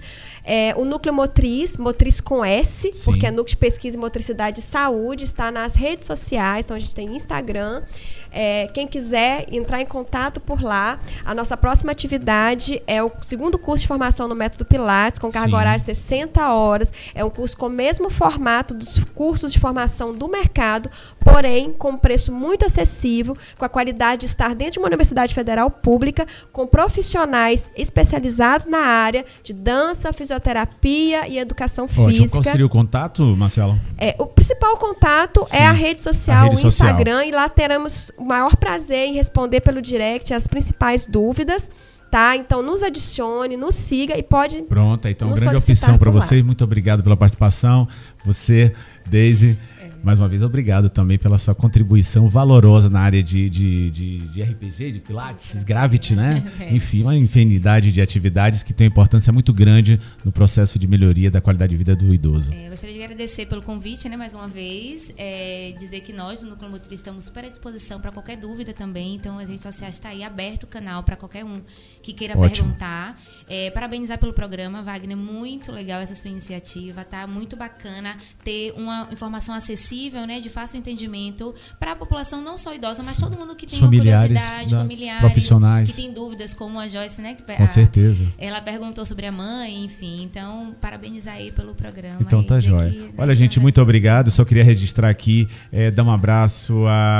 O Núcleo Motriz com S, sim, porque é Núcleo de Pesquisa e Motricidade e Saúde, está nas redes sociais, então a gente tem Instagram. Quem quiser entrar em contato por lá, a nossa próxima atividade é o segundo curso de formação no método Pilates, com carga horária de 60 horas. É um curso com o mesmo formato dos cursos de formação do mercado, porém com um preço muito acessível, com a qualidade de estar dentro de uma universidade federal pública, com profissionais especializados na área de dança, fisioterapia e educação física. Qual seria o contato, Marcelo? O principal contato é a rede social, o Instagram, e lá teremos o maior prazer em responder pelo direct as principais dúvidas, tá? Então nos adicione, nos siga e pode. Pronto, então grande opção para vocês. Muito obrigado pela participação. Você, Deise, mais uma vez, obrigado também pela sua contribuição valorosa na área de RPG, de Pilates, Gravity, né? Enfim, uma infinidade de atividades que têm importância muito grande no processo de melhoria da qualidade de vida do idoso. Eu gostaria de agradecer pelo convite, né, mais uma vez, dizer que nós, do Núcleo Motriz, estamos super à disposição para qualquer dúvida também, então as redes sociais estão aí aberto o canal para qualquer um que queira perguntar. Parabenizar pelo programa, Wagner, muito legal essa sua iniciativa, tá? Muito bacana ter uma informação acessível, né, de fácil entendimento para a população não só idosa, mas todo mundo que tem uma curiosidade, familiares, profissionais, que tem dúvidas, como a Joyce, né? Com certeza. Ela perguntou sobre a mãe, enfim. Então, parabenizar aí pelo programa. Então tá jóia. Olha, gente, muito obrigado. Só queria registrar aqui, dar um abraço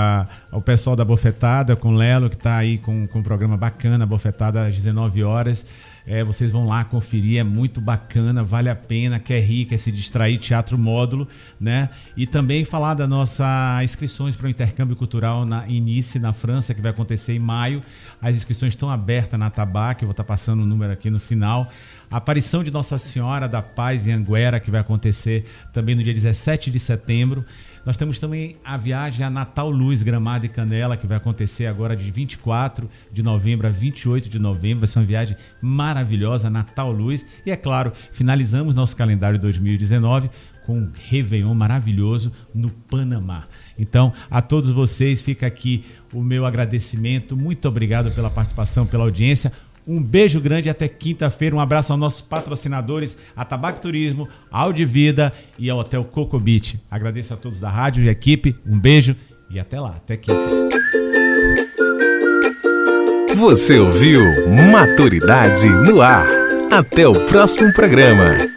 ao pessoal da Bofetada, com o Lelo, que está aí com um programa bacana, Bofetada às 19 horas. Vocês vão lá conferir, é muito bacana, vale a pena, quer rir, quer se distrair, Teatro Módulo, né? E também falar das nossas inscrições para o intercâmbio cultural em Nice, na França, que vai acontecer em maio. As inscrições estão abertas na Tabac, eu vou estar passando o número aqui no final. A aparição de Nossa Senhora da Paz em Anguera, que vai acontecer também no dia 17 de setembro. Nós temos também a viagem a Natal Luz, Gramado e Canela, que vai acontecer agora de 24 de novembro a 28 de novembro. Vai ser uma viagem maravilhosa, Natal Luz. E, é claro, finalizamos nosso calendário 2019 com um Réveillon maravilhoso no Panamá. Então, a todos vocês, fica aqui o meu agradecimento. Muito obrigado pela participação, pela audiência. Um beijo grande e até quinta-feira. Um abraço aos nossos patrocinadores, a Tabac Turismo, a Audivida e ao Hotel Coco Beach. Agradeço a todos da rádio e equipe. Um beijo e até lá. Até quinta. Você ouviu Maturidade no Ar. Até o próximo programa.